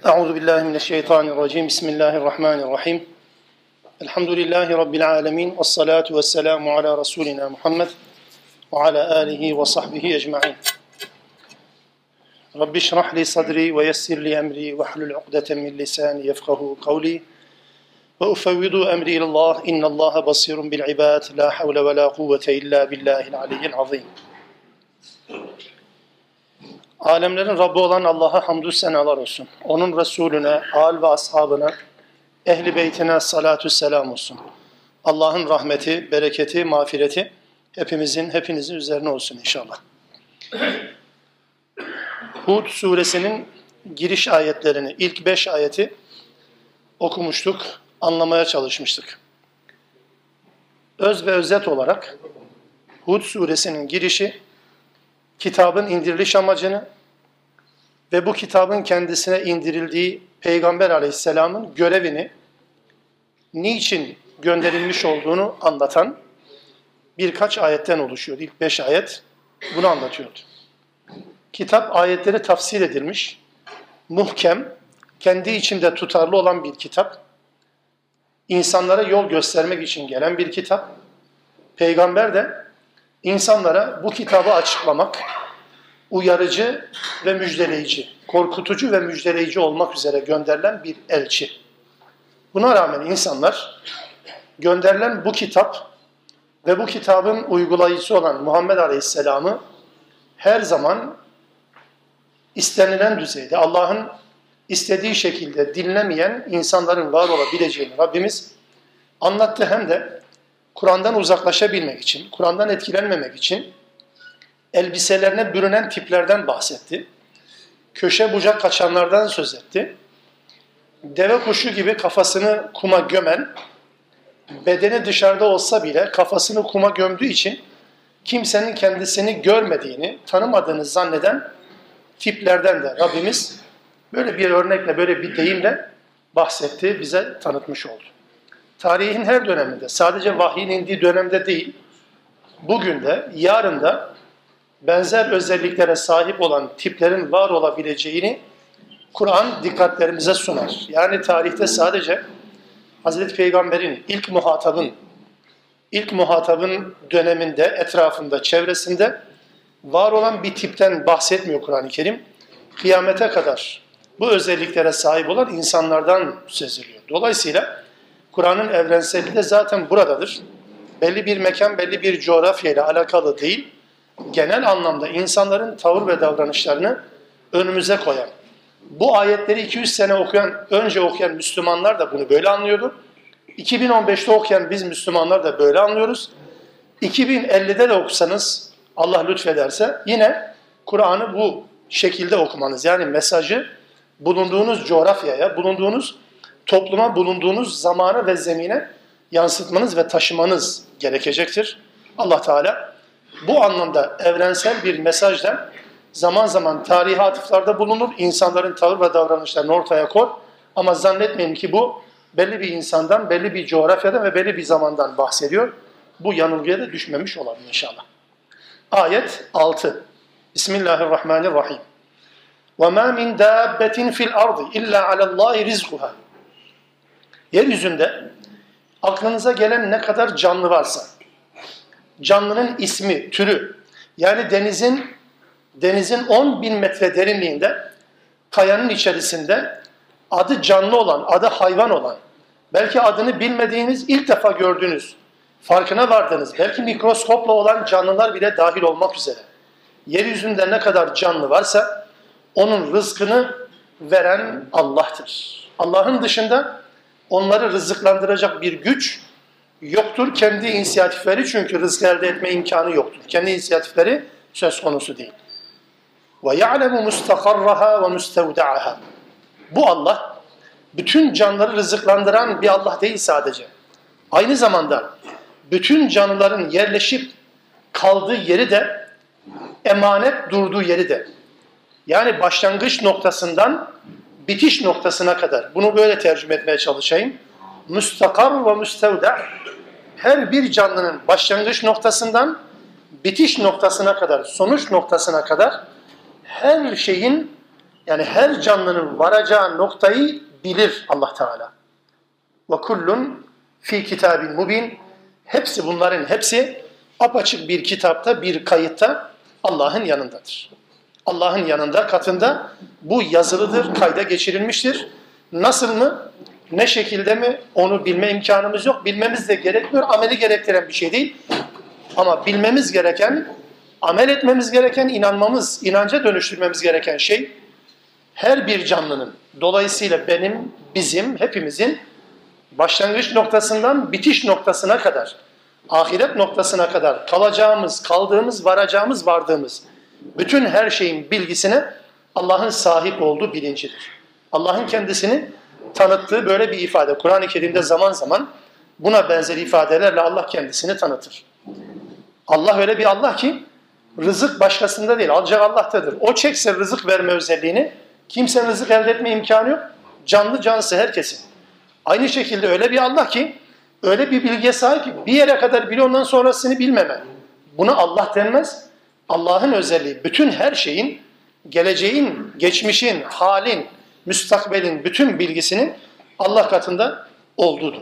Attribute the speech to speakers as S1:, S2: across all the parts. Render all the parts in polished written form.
S1: Euzu billahi mineşşeytanirracim. Bismillahirrahmanirrahim. Elhamdülillahi rabbil alamin. Ves salatu vesselamu ala rasulina Muhammed ve ala alihi ve sahbihi ecmaîn. Rabbi şrah li sadri ve yessir li emri ve hlul ukdeten min lisani yefkahu kavli. Ve ufevvidu emri ilallah. İnnallaha basirun bil ibad. La havle ve la kuvvete illa billahil aliyyil azim. Alemlerin Rabbi olan Allah'a hamdü senalar olsun. Onun Resulüne, âl ve ashabına, ehli beytine salatu selam olsun. Allah'ın rahmeti, bereketi, mağfireti hepinizin üzerine olsun inşallah. Hud suresinin giriş ayetlerini, ilk 5 ayeti okumuştuk, anlamaya çalışmıştık. Öz ve özet olarak Hud suresinin girişi, kitabın indiriliş amacını ve bu kitabın kendisine indirildiği Peygamber Aleyhisselam'ın görevini, niçin gönderilmiş olduğunu anlatan birkaç ayetten oluşuyordu. İlk 5 ayet bunu anlatıyordu. Kitap ayetleri tafsir edilmiş, muhkem, kendi içinde tutarlı olan bir kitap, insanlara yol göstermek için gelen bir kitap. Peygamber de İnsanlara bu kitabı açıklamak, uyarıcı ve müjdeleyici, korkutucu ve müjdeleyici olmak üzere gönderilen bir elçi. Buna rağmen insanlar gönderilen bu kitap ve bu kitabın uygulayıcısı olan Muhammed Aleyhisselam'ı her zaman istenilen düzeyde, Allah'ın istediği şekilde dinlemeyen insanların var olabileceğini Rabbimiz anlattı. Hem de Kur'an'dan uzaklaşabilmek için, Kur'an'dan etkilenmemek için elbiselerine bürünen tiplerden bahsetti. Köşe bucak kaçanlardan söz etti. Deve kuşu gibi kafasını kuma gömen, bedeni dışarıda olsa bile kafasını kuma gömdüğü için kimsenin kendisini görmediğini, tanımadığını zanneden tiplerden de Rabbimiz böyle bir örnekle, böyle bir deyimle bahsetti, bize tanıtmış oldu. Tarihin her döneminde, sadece vahyin indiği dönemde değil, bugün de, yarın da benzer özelliklere sahip olan tiplerin var olabileceğini Kur'an dikkatlerimize sunar. Yani tarihte sadece Hazreti Peygamber'in ilk muhatabın döneminde, etrafında, çevresinde var olan bir tipten bahsetmiyor Kur'an-ı Kerim. Kıyamete kadar bu özelliklere sahip olan insanlardan söz ediliyor. Dolayısıyla Kur'an'ın evrenselliği de zaten buradadır. Belli bir mekan, belli bir coğrafyayla alakalı değil, genel anlamda insanların tavır ve davranışlarını önümüze koyan. Bu ayetleri 200 sene önce okuyan Müslümanlar da bunu böyle anlıyordu. 2015'te okuyan biz Müslümanlar da böyle anlıyoruz. 2050'de de okusanız, Allah lütfederse, yine Kur'an'ı bu şekilde okumanız, yani mesajı bulunduğunuz coğrafyaya, bulunduğunuz topluma, bulunduğunuz zamana ve zemine yansıtmanız ve taşımanız gerekecektir. Allah Teala bu anlamda evrensel bir mesajla zaman zaman tarihi atıflarda bulunur, insanların tavır ve davranışlarını ortaya koy. Ama zannetmeyin ki bu belli bir insandan, belli bir coğrafyadan ve belli bir zamandan bahsediyor. Bu yanılgıya da düşmemiş olalım inşallah. Ayet 6. Bismillahirrahmanirrahim. وَمَا مِنْ دَابَّةٍ فِي الْأَرْضِ إِلَّا عَلَى اللّٰهِ رِزْقُهَا. Yeryüzünde aklınıza gelen ne kadar canlı varsa, canlının ismi, türü, yani denizin 10.000 metre derinliğinde, kayanın içerisinde adı canlı olan, adı hayvan olan, belki adını bilmediğiniz, ilk defa gördüğünüz, farkına vardığınız, belki mikroskopla olan canlılar bile dahil olmak üzere, yeryüzünde ne kadar canlı varsa, onun rızkını veren Allah'tır. Allah'ın dışında onları rızıklandıracak bir güç yoktur. Kendi inisiyatifleri, çünkü rızk elde etme imkanı yoktur. Kendi inisiyatifleri söz konusu değil. وَيَعْلَمُ مُسْتَقَرَّهَا وَمُسْتَوْدَعَهَا. Bu Allah, bütün canlıları rızıklandıran bir Allah değil sadece. Aynı zamanda bütün canlıların yerleşip kaldığı yeri de, emanet durduğu yeri de, yani başlangıç noktasından bitiş noktasına kadar, bunu böyle tercüme etmeye çalışayım. Müstakar ve müstevda, her bir canlının başlangıç noktasından bitiş noktasına kadar, sonuç noktasına kadar her şeyin Yani her canlının varacağı noktayı bilir Allah Teala. Ve kullun fi kitabin mubin. Hepsi, bunların hepsi apaçık bir kitapta, bir kayıtta Allah'ın yanındadır. Allah'ın yanında, katında bu yazılıdır, kayda geçirilmiştir. Nasıl mı, ne şekilde mi onu bilme imkanımız yok. Bilmemiz de gerekmiyor, ameli gerektiren bir şey değil. Ama bilmemiz gereken, amel etmemiz gereken, inanmamız, inanca dönüştürmemiz gereken şey, her bir canlının, dolayısıyla benim, bizim, hepimizin başlangıç noktasından bitiş noktasına kadar, ahiret noktasına kadar kalacağımız, kaldığımız, varacağımız, vardığımız bütün her şeyin bilgisine Allah'ın sahip olduğu bilincidir. Allah'ın kendisini tanıttığı böyle bir ifade. Kur'an-ı Kerim'de zaman zaman buna benzer ifadelerle Allah kendisini tanıtır. Allah öyle bir Allah ki rızık başkasında değil, ancak Allah'tadır. O çekse rızık verme özelliğini, kimsenin rızık elde etme imkanı yok. Canlı cansı herkesin. Aynı şekilde öyle bir Allah ki, öyle bir bilgiye sahip ki bir yere kadar biliyor, ondan sonrasını bilmeme. Buna Allah denmez. Allah'ın özelliği bütün her şeyin, geleceğin, geçmişin, halin, müstakbelin bütün bilgisinin Allah katında olduğudur.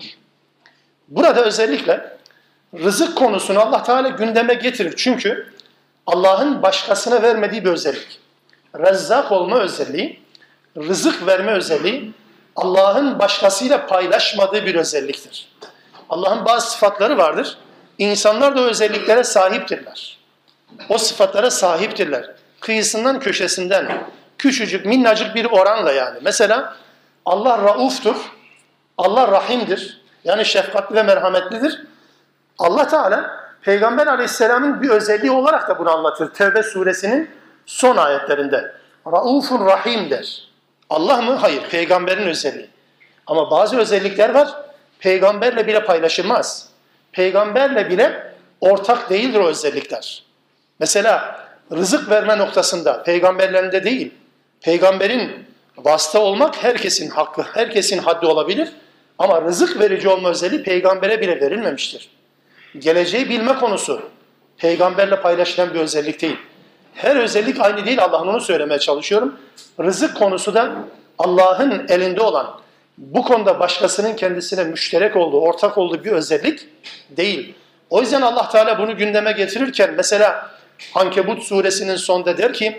S1: Burada özellikle rızık konusunu Allah Teala gündeme getirir. Çünkü Allah'ın başkasına vermediği bir özellik. Rezzak olma özelliği, rızık verme özelliği Allah'ın başkasıyla paylaşmadığı bir özelliktir. Allah'ın bazı sıfatları vardır. İnsanlar da o özelliklere sahiptirler. O sıfatlara sahiptirler. Kıyısından köşesinden küçücük minnacık bir oranla yani. Mesela Allah rauftur, Allah rahimdir. Yani şefkatli ve merhametlidir. Allah Teala Peygamber Aleyhisselam'ın bir özelliği olarak da bunu anlatır. Tevbe suresinin son ayetlerinde. Raufun rahim der. Allah mı? Hayır. Peygamberin özelliği. Ama bazı özellikler var. Peygamberle bile paylaşılmaz. Peygamberle bile ortak değildir o özellikler. Mesela rızık verme noktasında peygamberlerinde değil. Peygamberin vasıta olmak herkesin hakkı, herkesin haddi olabilir. Ama rızık verici olma özelliği peygambere bile verilmemiştir. Geleceği bilme konusu peygamberle paylaşılan bir özellik değil. Her özellik aynı değil, Allah'ın onu söylemeye çalışıyorum. Rızık konusu da Allah'ın elinde olan, bu konuda başkasının kendisine müşterek olduğu, ortak olduğu bir özellik değil. O yüzden Allah Teala bunu gündeme getirirken mesela Ankebut suresinin sonunda der ki,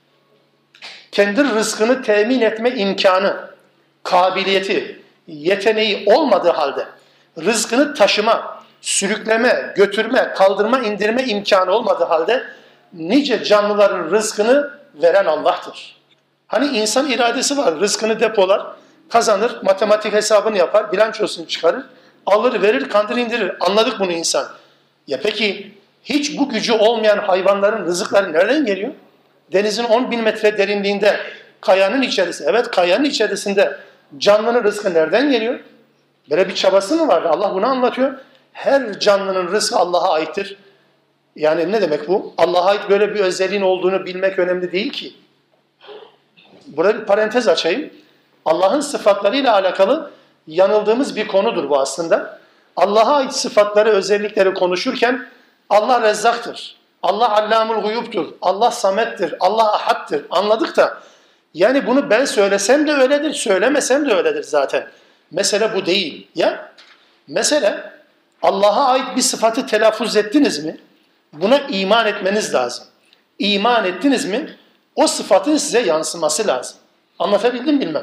S1: kendi rızkını temin etme imkanı, kabiliyeti, yeteneği olmadığı halde rızkını taşıma, sürükleme, götürme, kaldırma, indirme imkanı olmadığı halde nice canlıların rızkını veren Allah'tır. Hani insan iradesi var, rızkını depolar, kazanır, matematik hesabını yapar, bilançosunu çıkarır, alır, verir, kandırır, indirir. Anladık bunu insan. Ya peki hiç bu gücü olmayan hayvanların rızıkları nereden geliyor? Denizin 10.000 metre derinliğinde, kayanın içerisinde, evet kayanın içerisinde canlının rızkı nereden geliyor? Böyle bir çabası mı var? Allah bunu anlatıyor. Her canlının rızkı Allah'a aittir. Yani ne demek bu? Allah'a ait böyle bir özelliğin olduğunu bilmek önemli değil ki. Burada bir parantez açayım. Allah'ın sıfatlarıyla alakalı yanıldığımız bir konudur bu aslında. Allah'a ait sıfatları, özellikleri konuşurken Allah Rezzaktır, Allah Allamul Guyub'tur, Allah Samet'tir, Allah Ahad'tır. Anladık da yani bunu ben söylesem de öyledir, söylemesem de öyledir zaten. Mesele bu değil. Ya mesele Allah'a ait bir sıfatı telaffuz ettiniz mi? Buna iman etmeniz lazım. İman ettiniz mi? O sıfatın size yansıması lazım. Anlatabildim bilmem.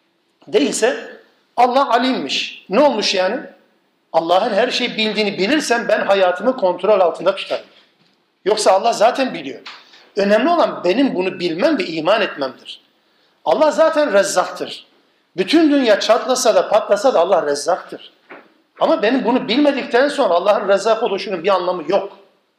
S1: Değilse Allah alimmiş. Ne olmuş yani? Allah'ın her şeyi bildiğini bilirsem ben hayatımı kontrol altında tutarım. Yoksa Allah zaten biliyor. Önemli olan benim bunu bilmem ve iman etmemdir. Allah zaten Rezzaktır. Bütün dünya çatlasa da patlasa da Allah Rezzaktır. Ama benim bunu bilmedikten sonra Allah'ın Rezzak oluşunun bir anlamı yok.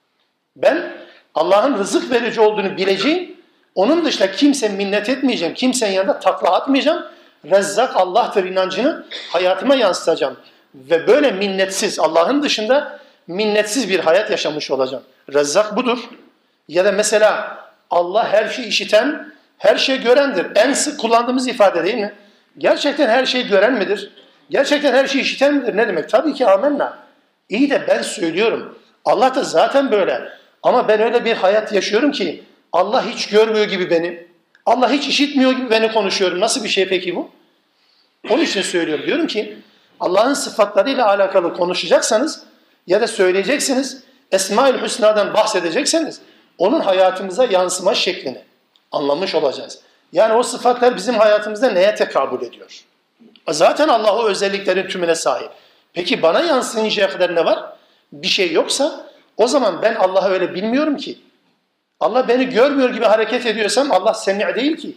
S1: Ben Allah'ın rızık verici olduğunu bileceğim. Onun dışında kimse minnet etmeyeceğim. Kimsenin yanında takla atmayacağım. Rezzak Allah'tır inancını hayatıma yansıtacağım. Ve böyle minnetsiz, Allah'ın dışında minnetsiz bir hayat yaşamış olacağım. Rezzak budur. Ya da mesela Allah her şeyi işiten, her şeyi görendir. En sık kullandığımız ifade değil mi? Gerçekten her şeyi gören midir? Gerçekten her şeyi işiten midir? Ne demek? Tabii ki amenna. İyi de ben söylüyorum. Allah da zaten böyle. Ama ben öyle bir hayat yaşıyorum ki Allah hiç görmüyor gibi beni. Allah hiç işitmiyor gibi beni konuşuyorum. Nasıl bir şey peki bu? Onun için söylüyorum. Diyorum ki Allah'ın sıfatlarıyla alakalı konuşacaksanız ya da söyleyeceksiniz, Esma-ül Hüsna'dan bahsedecekseniz onun hayatımıza yansıma şeklini anlamış olacağız. Yani o sıfatlar bizim hayatımızda neye tekabül ediyor? Zaten Allah o özelliklerin tümüne sahip. Peki bana yansıyıncaya kadar ne var? Bir şey yoksa o zaman ben Allah'ı öyle bilmiyorum ki. Allah beni görmüyor gibi hareket ediyorsam Allah semi' değil ki.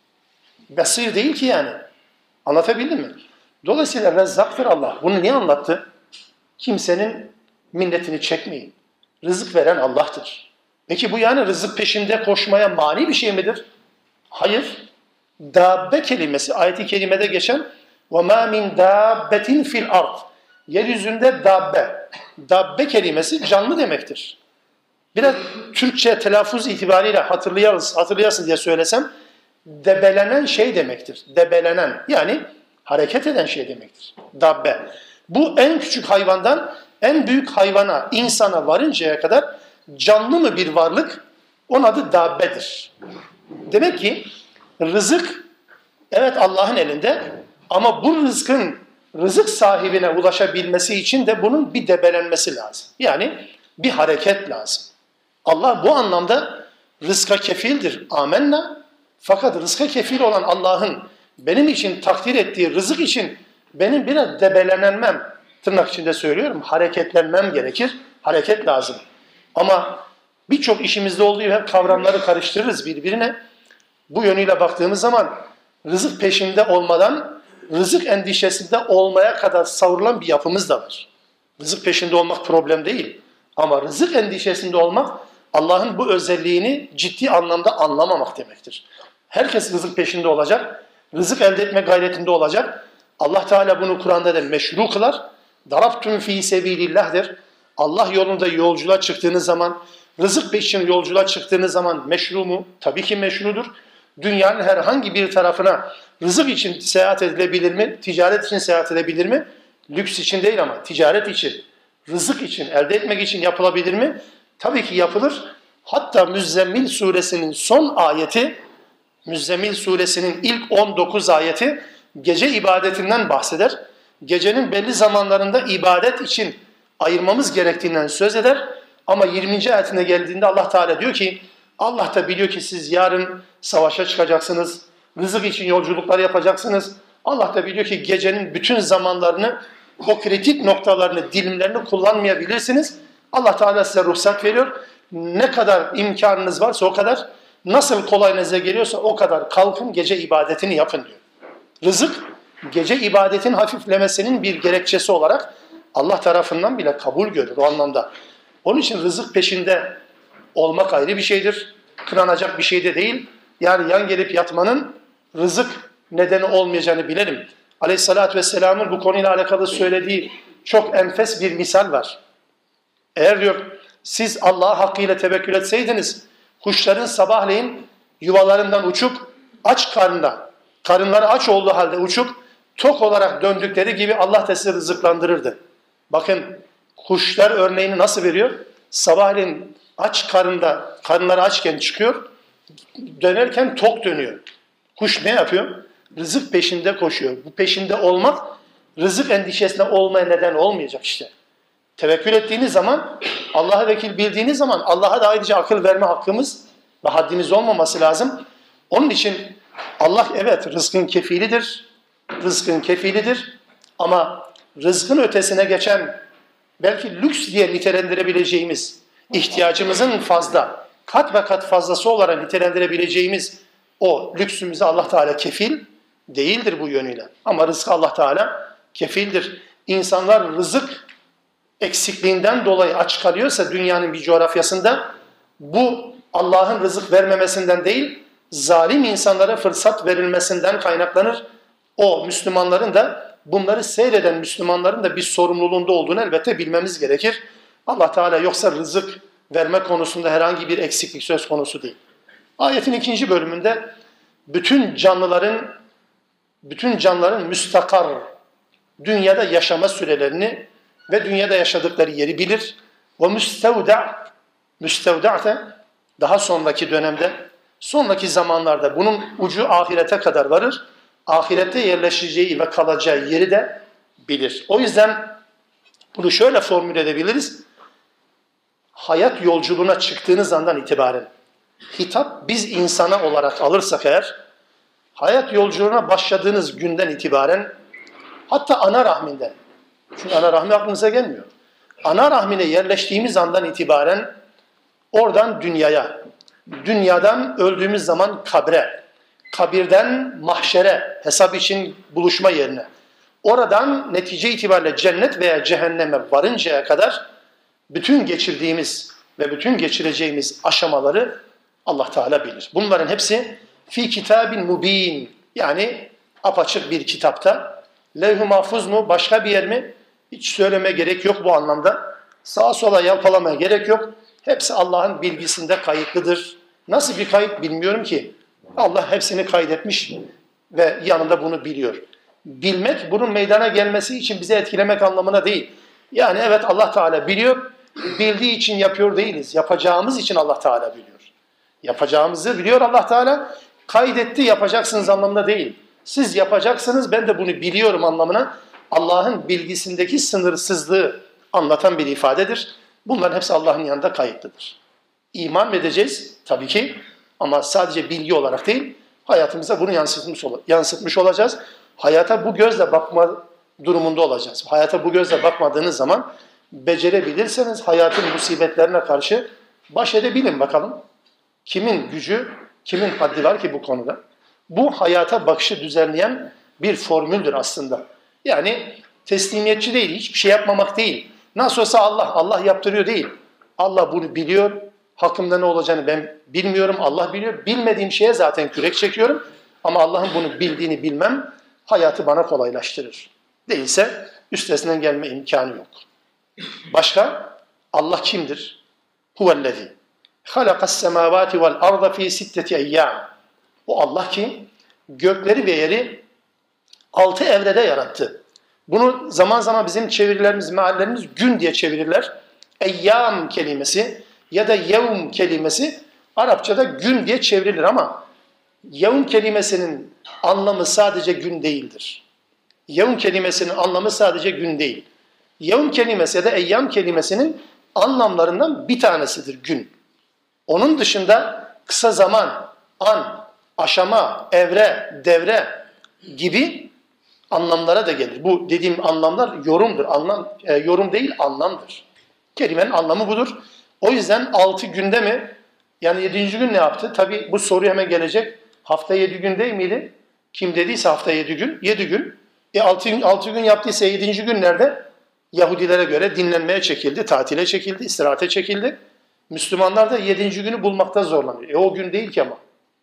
S1: Basir değil ki yani. Anlatabildim mi? Dolayısıyla Rezzaktır Allah. Bunu niye anlattı? Kimsenin minnetini çekmeyin. Rızık veren Allah'tır. Peki bu yani rızık peşinde koşmaya mani bir şey midir? Hayır. Dabbe kelimesi ayet-i kerimede geçen وَمَا مِنْ دَابَّةٍ فِي الْأَرْضِ Yeryüzünde dabbe. Dabbe kelimesi canlı demektir. Biraz Türkçe telaffuz itibariyle hatırlayasın diye söylesem debelenen şey demektir. Debelenen yani hareket eden şey demektir. Dabbe. Bu en küçük hayvandan en büyük hayvana, insana varıncaya kadar canlı mı bir varlık? Onun adı dabbedir. Demek ki rızık evet Allah'ın elinde ama bu rızkın rızık sahibine ulaşabilmesi için de bunun bir debelenmesi lazım. Yani bir hareket lazım. Allah bu anlamda rızka kefildir. Amenna. Fakat rızka kefil olan Allah'ın benim için takdir ettiği rızık için benim biraz debelenmem, tırnak içinde söylüyorum, hareketlenmem gerekir. Hareket lazım. Ama birçok işimizde olduğu gibi hep kavramları karıştırırız birbirine. Bu yönüyle baktığımız zaman rızık peşinde olmadan rızık endişesinde olmaya kadar savrulan bir yapımız da var. Rızık peşinde olmak problem değil. Ama rızık endişesinde olmak Allah'ın bu özelliğini ciddi anlamda anlamamak demektir. Herkes rızık peşinde olacak. Rızık elde etme gayretinde olacak. Allah Teala bunu Kur'an'da da meşru kılar. Darabtum fi sebilillah der. Allah yolunda yolculuğa çıktığınız zaman, rızık için yolculuğa çıktığınız zaman meşru mu? Tabii ki meşrudur. Dünyanın herhangi bir tarafına rızık için seyahat edilebilir mi? Ticaret için seyahat edebilir mi? Lüks için değil ama ticaret için, rızık için, elde etmek için yapılabilir mi? Tabii ki yapılır. Hatta Müzzemmil suresinin son ayeti, Müzzemmil suresinin ilk 19 ayeti gece ibadetinden bahseder. Gecenin belli zamanlarında ibadet için ayırmamız gerektiğinden söz eder. Ama 20. ayetine geldiğinde Allah Teala diyor ki, Allah da biliyor ki siz yarın savaşa çıkacaksınız, rızık için yolculuklar yapacaksınız. Allah da biliyor ki gecenin bütün zamanlarını, o kritik noktalarını, dilimlerini kullanmayabilirsiniz. Allah Teala size ruhsat veriyor. Ne kadar imkanınız varsa o kadar, nasıl kolayınıza geliyorsa o kadar kalkın gece ibadetini yapın diyor. Rızık, gece ibadetin hafiflemesinin bir gerekçesi olarak Allah tarafından bile kabul görür o anlamda. Onun için rızık peşinde olmak ayrı bir şeydir. Kınanacak bir şey de değil. Yani yan gelip yatmanın rızık nedeni olmayacağını bilelim. Aleyhissalatü vesselamın bu konuyla alakalı söylediği çok enfes bir misal var. Eğer diyor siz Allah'a hakkıyla tevekkül etseydiniz, kuşların sabahleyin yuvalarından uçup aç karınları aç olduğu halde uçup tok olarak döndükleri gibi Allah da sizi rızıklandırırdı. Bakın kuşlar örneğini nasıl veriyor? Sabahleyin aç karınları açken çıkıyor, dönerken tok dönüyor. Kuş ne yapıyor? Rızık peşinde koşuyor. Bu peşinde olmak, rızık endişesine olmaya neden olmayacak işte. Tevekkül ettiğiniz zaman, Allah'a vekil bildiğiniz zaman Allah'a da ayrıca akıl verme hakkımız ve haddimiz olmaması lazım. Onun için Allah evet rızkın kefilidir. Rızkın kefilidir. Ama rızkın ötesine geçen belki lüks diye nitelendirebileceğimiz, ihtiyacımızın fazla, kat ve kat fazlası olarak nitelendirebileceğimiz o lüksümüze Allah Teala kefil değildir bu yönüyle. Ama rızkı Allah Teala kefildir. İnsanlar rızık eksikliğinden dolayı aç kalıyorsa dünyanın bir coğrafyasında bu Allah'ın rızık vermemesinden değil, zalim insanlara fırsat verilmesinden kaynaklanır. O Müslümanların da bunları seyreden Müslümanların da bir sorumluluğunda olduğunu elbette bilmemiz gerekir. Allah Teala yoksa rızık verme konusunda herhangi bir eksiklik söz konusu değil. Ayetin 2. bölümünde bütün canlıların müstakar, dünyada yaşama sürelerini ve dünyada yaşadıkları yeri bilir. Ve müstevda' daha sonraki dönemde Sonraki zamanlarda bunun ucu ahirete kadar varır. Ahirette yerleşeceği ve kalacağı yeri de bilir. O yüzden bunu şöyle formüle edebiliriz. Hayat yolculuğuna çıktığınız andan itibaren hitap biz insana olarak alırsak eğer, hayat yolculuğuna başladığınız günden itibaren, hatta ana rahminden, çünkü ana rahmi aklınıza gelmiyor. Ana rahmine yerleştiğimiz andan itibaren oradan dünyaya, dünyadan öldüğümüz zaman kabre, kabirden mahşere, hesap için buluşma yerine, oradan netice itibariyle cennet veya cehenneme varıncaya kadar bütün geçirdiğimiz ve bütün geçireceğimiz aşamaları Allah Teala bilir. Bunların hepsi fi kitabin mubin, yani apaçık bir kitapta. Levh-i mahfuz mu, başka bir yer mi? Hiç söyleme gerek yok bu anlamda. Sağa sola yalpalamaya gerek yok. Hepsi Allah'ın bilgisinde kayıtlıdır. Nasıl bir kayıt bilmiyorum ki. Allah hepsini kaydetmiş ve yanında bunu biliyor. Bilmek bunun meydana gelmesi için bizi etkilemek anlamına değil. Yani evet Allah Teala biliyor, bildiği için yapıyor değiliz. Yapacağımız için Allah Teala biliyor. Yapacağımızı biliyor Allah Teala, kaydetti yapacaksınız anlamında değil. Siz yapacaksınız, ben de bunu biliyorum anlamına Allah'ın bilgisindeki sınırsızlığı anlatan bir ifadedir. Bunların hepsi Allah'ın yanında kayıtlıdır. İman edeceğiz tabii ki ama sadece bilgi olarak değil, hayatımıza bunu yansıtmış olacağız. Hayata bu gözle bakma durumunda olacağız. Hayata bu gözle bakmadığınız zaman becerebilirseniz hayatın musibetlerine karşı baş edebilin bakalım. Kimin gücü, kimin haddi var ki bu konuda? Bu hayata bakışı düzenleyen bir formüldür aslında. Yani teslimiyetçi değil, hiçbir şey yapmamak değil. Nasıl olsa Allah yaptırıyor değil. Allah bunu biliyor. Hakkımda ne olacağını ben bilmiyorum, Allah biliyor. Bilmediğim şeye zaten kürek çekiyorum. Ama Allah'ın bunu bildiğini bilmem hayatı bana kolaylaştırır. Değilse üstesinden gelme imkanı yok. Başka? Allah kimdir? Huvellezî halakas semâvâti vel arda fî sitteti eyyâm. O Allah ki gökleri ve yeri 6 evrede yarattı. Bunu zaman zaman bizim çevirilerimiz, meallerimiz gün diye çevirirler. Eyyam kelimesi ya da yevm kelimesi Arapçada gün diye çevrilir ama yevm kelimesinin anlamı sadece gün değildir. Yevm kelimesinin anlamı sadece gün değil. Yevm kelimesi ya da eyyam kelimesinin anlamlarından bir tanesidir gün. Onun dışında kısa zaman, an, aşama, evre, devre gibi anlamlara da gelir. Bu dediğim anlamlar yorumdur. Yorum değil, anlamdır. Kelimenin anlamı budur. O yüzden 6 günde mi? Yani 7. gün ne yaptı? Tabii bu soru hemen gelecek. Hafta 7 gün değil miydi? Kim dediyse hafta 7 gün. 7 gün. 6 gün yaptıysa 7. gün nerede? Yahudilere göre dinlenmeye çekildi, tatile çekildi, istirahate çekildi. Müslümanlar da 7. günü bulmakta zorlanıyor. O gün değil ki ama.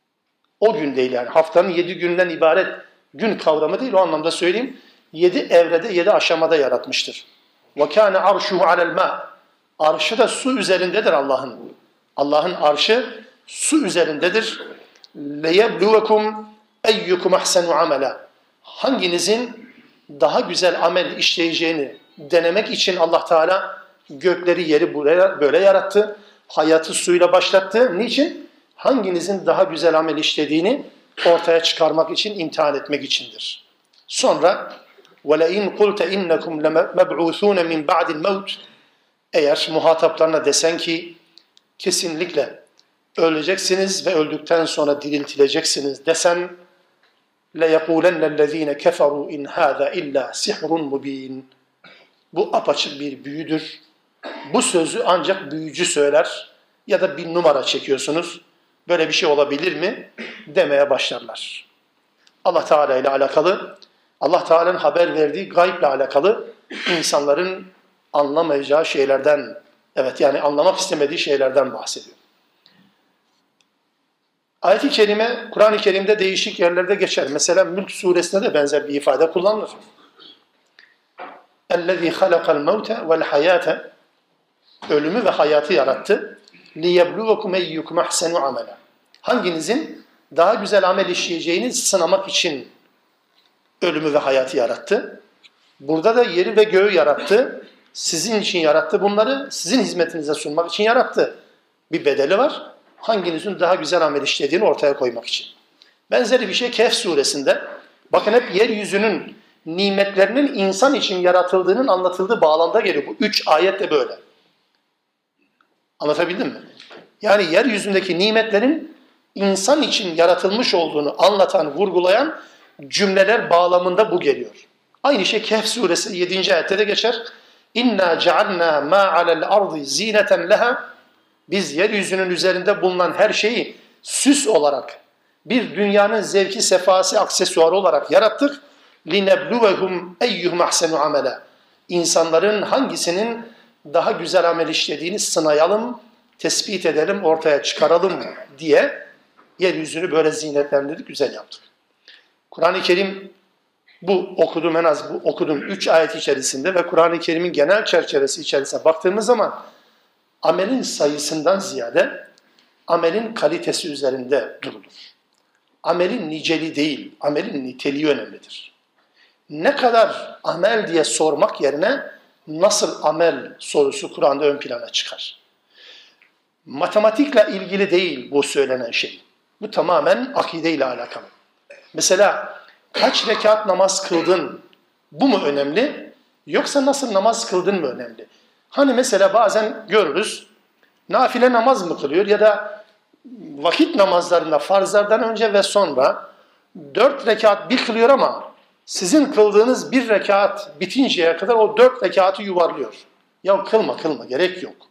S1: O gün değil yani. Haftanın 7 günden ibaret gün kavramı değil. O anlamda söyleyeyim. 7 evrede, 7 aşamada yaratmıştır. وَكَانَ عَرْشُهُ عَلَى الْمَاءِ Arşı da su üzerindedir Allah'ın. Allah'ın arşı su üzerindedir. لَيَبْلُوَكُمْ اَيُّكُمْ اَحْسَنُ عَمَلًا Hanginizin daha güzel amel işleyeceğini denemek için Allah Teala gökleri yeri böyle yarattı. Hayatı suyla başlattı. Niçin? Hanginizin daha güzel amel işlediğini ortaya çıkarmak için, imtihan etmek içindir. Sonra وَلَاِنْ قُلْتَ اِنَّكُمْ لَمَبْعُوثُونَ مِنْ بَعْدِ الْمَوْتِ Eğer muhataplarına desen ki kesinlikle öleceksiniz ve öldükten sonra diriltileceksiniz desen لَيَقُولَنَّ الَّذ۪ينَ كَفَرُوا اِنْ هَذَا اِلَّا سِحْرٌ مُب۪ينٌ Bu apaçık bir büyüdür. Bu sözü ancak büyücü söyler ya da bir numara çekiyorsunuz. Böyle bir şey olabilir mi? Demeye başlarlar. Allah Teala ile alakalı, Allah Teala'nın haber verdiği gayble alakalı insanların anlamayacağı şeylerden, evet yani anlamak istemediği şeylerden bahsediyor. Ayet-i Kerime, Kur'an-ı Kerim'de değişik yerlerde geçer. Mesela Mülk suresinde de benzer bir ifade kullanılır. اَلَّذ۪ي خَلَقَ الْمَوْتَ وَالْحَيَاةَ Ölümü ve hayatı yarattı. لِيَبْلُوَكُمْ اَيُّكُمْ اَحْسَنُ عَمَلًا Hanginizin daha güzel amel işleyeceğini sınamak için ölümü ve hayatı yarattı. Burada da yeri ve göğü yarattı. Sizin için yarattı bunları. Sizin hizmetinize sunmak için yarattı. Bir bedeli var. hanginizin daha güzel amel işlediğini ortaya koymak için. Benzeri bir şey Kehf suresinde. Bakın hep yeryüzünün nimetlerinin insan için yaratıldığının anlatıldığı bağlamda geliyor. Bu 3 ayet de böyle. Anlatabildim mi? Yani yeryüzündeki nimetlerin insan için yaratılmış olduğunu anlatan, vurgulayan cümleler bağlamında bu geliyor. Aynı şey Kehf suresi 7. ayette de geçer. İnna cealna ma alel ardı zineten leha. Biz yeryüzünün üzerinde bulunan her şeyi süs olarak, bir dünyanın zevki, sefası, aksesuarı olarak yarattık. لِنَبْلُوَهُمْ اَيُّهُمْ اَحْسَنُ عَمَلًا. İnsanların hangisinin daha güzel amel işlediğini sınayalım, tespit edelim, ortaya çıkaralım diye yeryüzünü böyle zinetlendirdik, güzel yaptık. Kur'an-ı Kerim bu okuduğum 3 ayet içerisinde ve Kur'an-ı Kerim'in genel çerçevesi içerisine baktığımız zaman amelin sayısından ziyade amelin kalitesi üzerinde durulur. Amelin niceliği değil, amelin niteliği önemlidir. Ne kadar amel diye sormak yerine nasıl amel sorusu Kur'an'da ön plana çıkar. Matematikle ilgili değil bu söylenen şey. Bu tamamen akideyle alakalı. Mesela kaç rekat namaz kıldın, bu mu önemli? Yoksa nasıl namaz kıldın mı önemli? Hani mesela bazen görürüz, nafile namaz mı kılıyor ya da vakit namazlarında farzlardan önce ve sonra 4 rekat bir kılıyor ama sizin kıldığınız 1 rekat bitinceye kadar o 4 rekatı yuvarlıyor. Ya kılma gerek yok.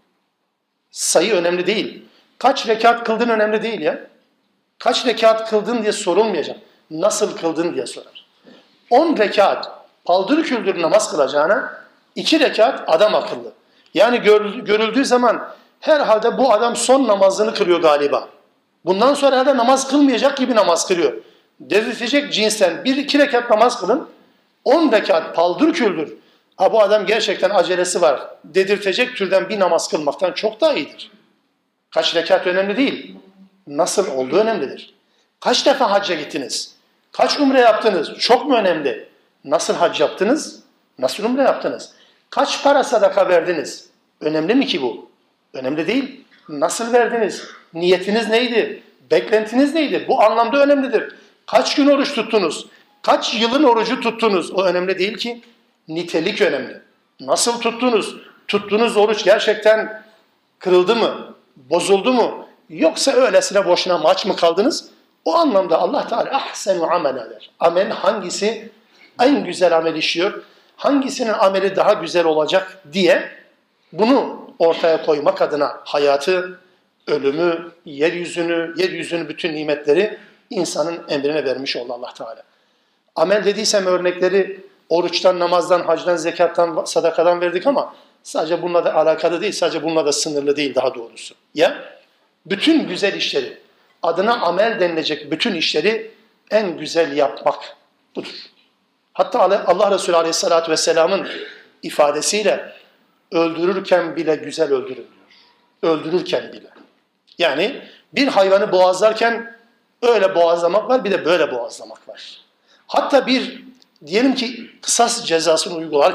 S1: Sayı önemli değil. Kaç rekat kıldın önemli değil ya. Kaç rekat kıldın diye sorulmayacak. Nasıl kıldın diye sorar. 10 rekat paldır küldür namaz kılacağına 2 rekat adam akıllı. Yani görüldüğü zaman herhalde bu adam son namazını kılıyor galiba. Bundan sonra herhalde namaz kılmayacak gibi namaz kılıyor. Dedirtecek cinsten 1-2 rekat namaz kılın. 10 rekat paldır küldür. Ha bu adam gerçekten acelesi var. Dedirtecek türden bir namaz kılmaktan çok daha iyidir. Kaç rekat önemli değil. Nasıl olduğu önemlidir. Kaç defa hacca gittiniz? Kaç umre yaptınız? Çok mu önemli? Nasıl hac yaptınız? Nasıl umre yaptınız? Kaç para sadaka verdiniz? Önemli mi ki bu? Önemli değil. Nasıl verdiniz? Niyetiniz neydi? Beklentiniz neydi? Bu anlamda önemlidir. Kaç gün oruç tuttunuz? Kaç yılın orucu tuttunuz? O önemli değil ki. Nitelik önemli. Nasıl tuttunuz? Tuttuğunuz oruç gerçekten kırıldı mı? Bozuldu mu? Yoksa öylesine boşuna maç mı kaldınız? O anlamda Allah Teala ahsenu amel eder. Amel hangisi en güzel amel işiyor? Hangisinin ameli daha güzel olacak diye bunu ortaya koymak adına hayatı, ölümü, yeryüzünün bütün nimetleri insanın emrine vermiş oldu Allah Teala. Amel dediysem örnekleri oruçtan, namazdan, hacdan, zekattan, sadakadan verdik ama sadece bununla da alakalı değil, sadece bununla da sınırlı değil daha doğrusu. Ya bütün güzel işleri, adına amel denilecek bütün işleri en güzel yapmak budur. Hatta Allah Resulü Aleyhisselatü Vesselam'ın ifadesiyle öldürürken bile güzel öldürün diyor. Öldürürken bile. Yani bir hayvanı boğazlarken öyle boğazlamak var, bir de böyle boğazlamak var. Hatta diyelim ki kısas cezasını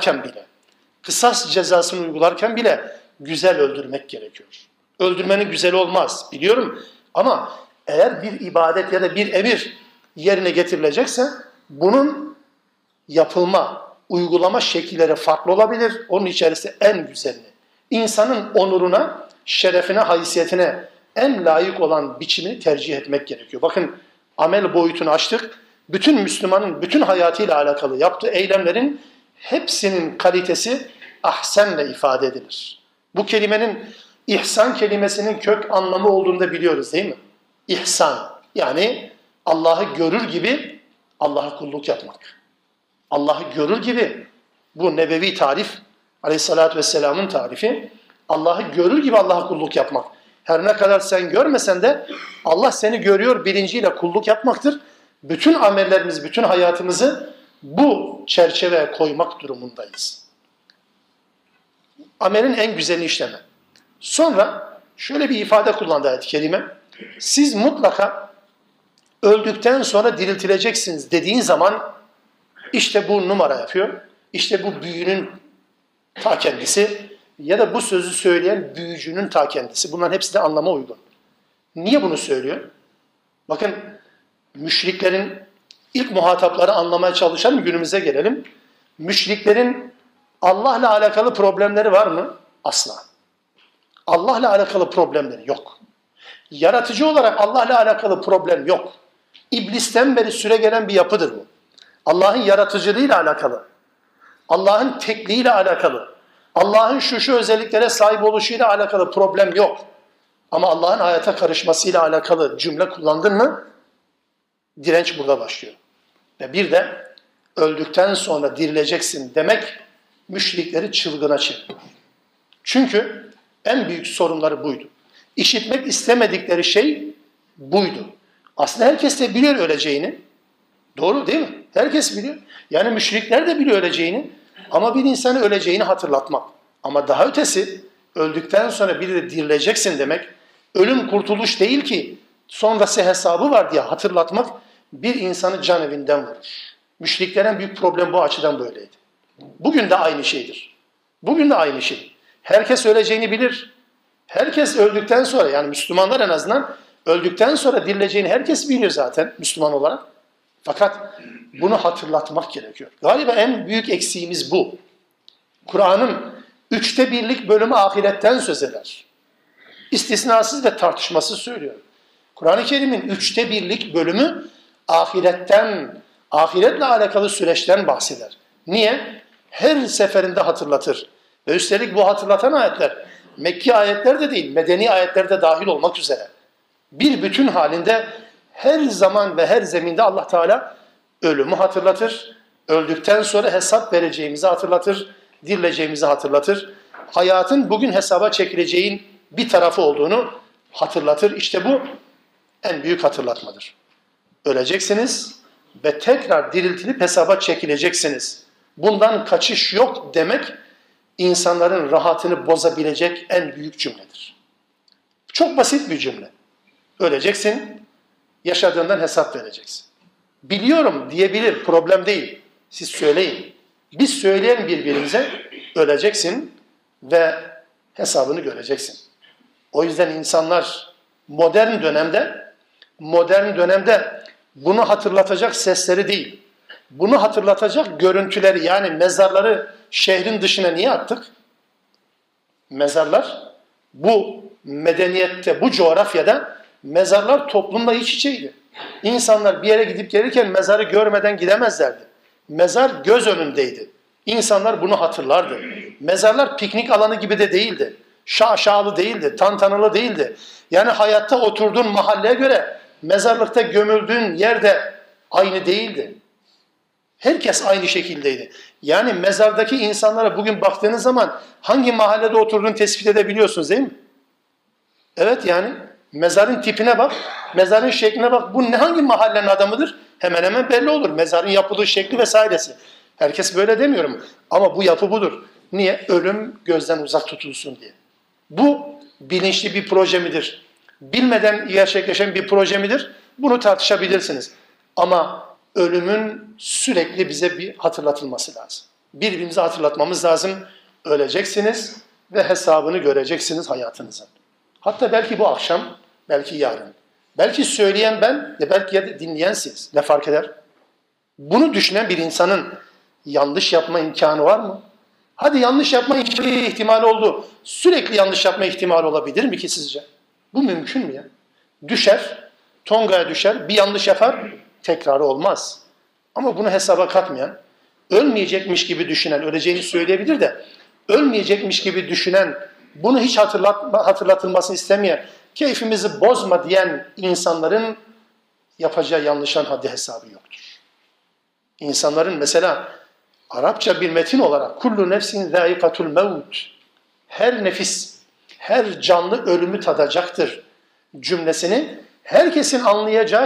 S1: uygularken bile güzel öldürmek gerekiyor. Öldürmenin güzel olmaz biliyorum ama eğer bir ibadet ya da bir emir yerine getirilecekse bunun uygulama şekilleri farklı olabilir. Onun içerisinde en güzelini, insanın onuruna, şerefine, haysiyetine en layık olan biçimi tercih etmek gerekiyor. Bakın amel boyutunu açtık. Bütün Müslümanın bütün hayatıyla alakalı yaptığı eylemlerin hepsinin kalitesi ahsenle ifade edilir. Bu kelimenin ihsan kelimesinin kök anlamı olduğunu da biliyoruz değil mi? İhsan yani Allah'ı görür gibi Allah'a kulluk yapmak. Allah'ı görür gibi bu nebevi tarif, Aleyhisselatü Vesselam'ın tarifi, Allah'ı görür gibi Allah'a kulluk yapmak. Her ne kadar sen görmesen de Allah seni görüyor bilinciyle kulluk yapmaktır. Bütün amellerimiz, bütün hayatımızı bu çerçeveye koymak durumundayız. Amelin en güzelini işleme. Sonra şöyle bir ifade kullandı ayet-i kerime. Siz mutlaka öldükten sonra diriltileceksiniz dediğin zaman işte bu numara yapıyor. İşte bu büyünün ta kendisi ya da bu sözü söyleyen büyücünün ta kendisi. Bunların hepsi de anlama uygun. Niye bunu söylüyor? Bakın, müşriklerin ilk muhatapları anlamaya çalışalım, günümüze gelelim. Müşriklerin Allah'la alakalı problemleri var mı? Asla. Allah'la alakalı problemleri yok. Yaratıcı olarak Allah'la alakalı problem yok. İblisten beri süregelen bir yapıdır bu. Allah'ın yaratıcılığıyla alakalı, Allah'ın tekliğiyle alakalı, Allah'ın şu özelliklere sahip oluşuyla alakalı problem yok. Ama Allah'ın hayata karışmasıyla alakalı cümle kullandın mı, direnç burada başlıyor. Ve bir de öldükten sonra dirileceksin demek müşrikleri çılgına çeviriyor. Çünkü en büyük sorunları buydu. İşitmek istemedikleri şey buydu. Aslında herkes de biliyor öleceğini. Doğru değil mi? Herkes biliyor. Yani müşrikler de biliyor öleceğini. Ama bir insanı öleceğini hatırlatmak. Ama daha ötesi, öldükten sonra biri de dirileceksin demek, ölüm kurtuluş değil ki, sonrası hesabı var diye hatırlatmak bir insanı can evinden vurur. Müşriklerin büyük problem bu açıdan böyleydi. Bugün de aynı şeydir. Bugün de aynı şey. Herkes öleceğini bilir. Herkes öldükten sonra, yani Müslümanlar en azından öldükten sonra dirileceğini herkes biliyor zaten Müslüman olarak. Fakat bunu hatırlatmak gerekiyor. Galiba en büyük eksiğimiz bu. Kur'an'ın 1/3 bölümü ahiretten söz eder. İstisnasız ve tartışmasız söylüyor. Kur'an-ı Kerim'in 1/3 bölümü ahiretten, ahiretle alakalı süreçten bahseder. Niye? Her seferinde hatırlatır. Ve üstelik bu hatırlatan ayetler Mekki ayetler de değil, medeni ayetler de dahil olmak üzere bir bütün halinde her zaman ve her zeminde Allah Teala ölümü hatırlatır. Öldükten sonra hesap vereceğimizi hatırlatır, dirileceğimizi hatırlatır. Hayatın bugün hesaba çekileceğin bir tarafı olduğunu hatırlatır. İşte bu en büyük hatırlatmadır. Öleceksiniz ve tekrar diriltilip hesaba çekileceksiniz. Bundan kaçış yok demek, insanların rahatını bozabilecek en büyük cümledir. Çok basit bir cümle. Öleceksin, yaşadığından hesap vereceksin. Biliyorum diyebilir, problem değil. Siz söyleyin. Biz söyleyen birbirimize, öleceksin ve hesabını göreceksin. O yüzden insanlar modern dönemde bunu hatırlatacak sesleri değil, bunu hatırlatacak görüntüleri, yani mezarları şehrin dışına niye attık? Mezarlar bu medeniyette, bu coğrafyada mezarlar toplumla iç içeydi. İnsanlar bir yere gidip gelirken mezarı görmeden gidemezlerdi. Mezar göz önündeydi. İnsanlar bunu hatırlardı. Mezarlar piknik alanı gibi de değildi. Şaşalı değildi, tantanalı değildi. Yani hayatta oturduğun mahalleye göre mezarlıkta gömüldüğün yer de aynı değildi. Herkes aynı şekildeydi. Yani mezardaki insanlara bugün baktığınız zaman hangi mahallede oturduğunu tespit edebiliyorsunuz değil mi? Evet, yani mezarın tipine bak, mezarın şekline bak. Bu hangi mahallenin adamıdır? Hemen hemen belli olur. Mezarın yapıldığı şekli vesairesi. Herkes böyle demiyorum. Ama bu yapı budur. Niye? Ölüm gözden uzak tutulsun diye. Bu bilinçli bir proje midir? Bilmeden gerçekleşen bir proje midir? Bunu tartışabilirsiniz. Ama ölümün sürekli bize bir hatırlatılması lazım. Birbirimize hatırlatmamız lazım. Öleceksiniz ve hesabını göreceksiniz hayatınızın. Hatta belki bu akşam, belki yarın. Belki söyleyen ben, belki ya dinleyen siz. Ne fark eder? Bunu düşünen bir insanın yanlış yapma imkanı var mı? Hadi yanlış yapma ihtimali oldu. Sürekli yanlış yapma ihtimali olabilir mi ki sizce? Bu mümkün mü ya? Düşer, Tonga'ya düşer, bir yanlış yapar, tekrarı olmaz. Ama bunu hesaba katmayan, ölmeyecekmiş gibi düşünen, öleceğini söyleyebilir de, ölmeyecekmiş gibi düşünen, bunu hiç hatırlatılmasını istemeyen, keyfimizi bozma diyen insanların yapacağı yanlışın haddi hesabı yoktur. İnsanların mesela Arapça bir metin olarak kullu nefsin zâikatul mevt, her nefis, her canlı ölümü tadacaktır cümlesini herkesin anlayacağı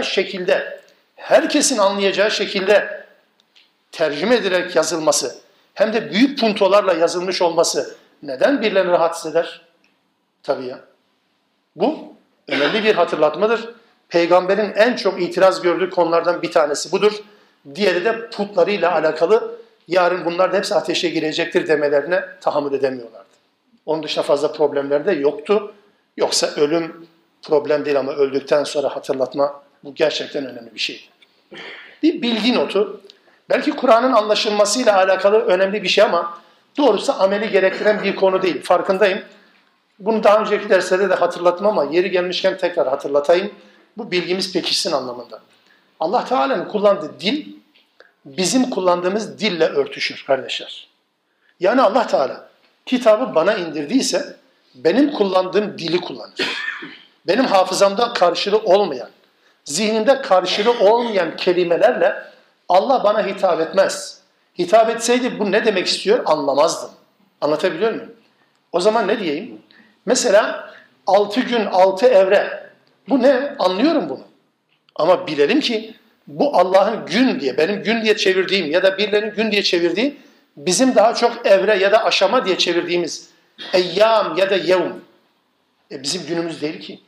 S1: şekilde tercüme edilerek yazılması, hem de büyük puntolarla yazılmış olması neden birilerini rahatsız eder? Tabii ya. Bu önemli bir hatırlatmadır. Peygamberin en çok itiraz gördüğü konulardan bir tanesi budur. Diğeri de putlarıyla alakalı, yarın bunlar da hepsi ateşe girecektir demelerine tahammül edemiyorlardı. Onun dışında fazla problemler de yoktu. Yoksa ölüm problem değil ama öldükten sonra hatırlatma bu gerçekten önemli bir şey. Bir bilgi notu. Belki Kur'an'ın anlaşılmasıyla alakalı önemli bir şey ama doğrusu ameli gerektiren bir konu değil. Farkındayım. Bunu daha önceki derslerde de hatırlattım ama yeri gelmişken tekrar hatırlatayım. Bu bilgimiz pekişsin anlamında. Allah Teala'nın kullandığı dil bizim kullandığımız dille örtüşür kardeşler. Yani Allah Teala kitabı bana indirdiyse benim kullandığım dili kullanır. Benim hafızamda karşılığı olmayan, zihnimde karşılığı olmayan kelimelerle Allah bana hitap etmez. Hitap etseydi bu ne demek istiyor anlamazdım. Anlatabiliyor muyum? O zaman ne diyeyim? Mesela 6 gün 6 evre. Bu ne? Anlıyorum bunu. Ama bilelim ki bu Allah'ın gün diye, benim gün diye çevirdiğim ya da birilerinin gün diye çevirdiği bizim daha çok evre ya da aşama diye çevirdiğimiz eyyam ya da yevm. Bizim günümüz değil ki.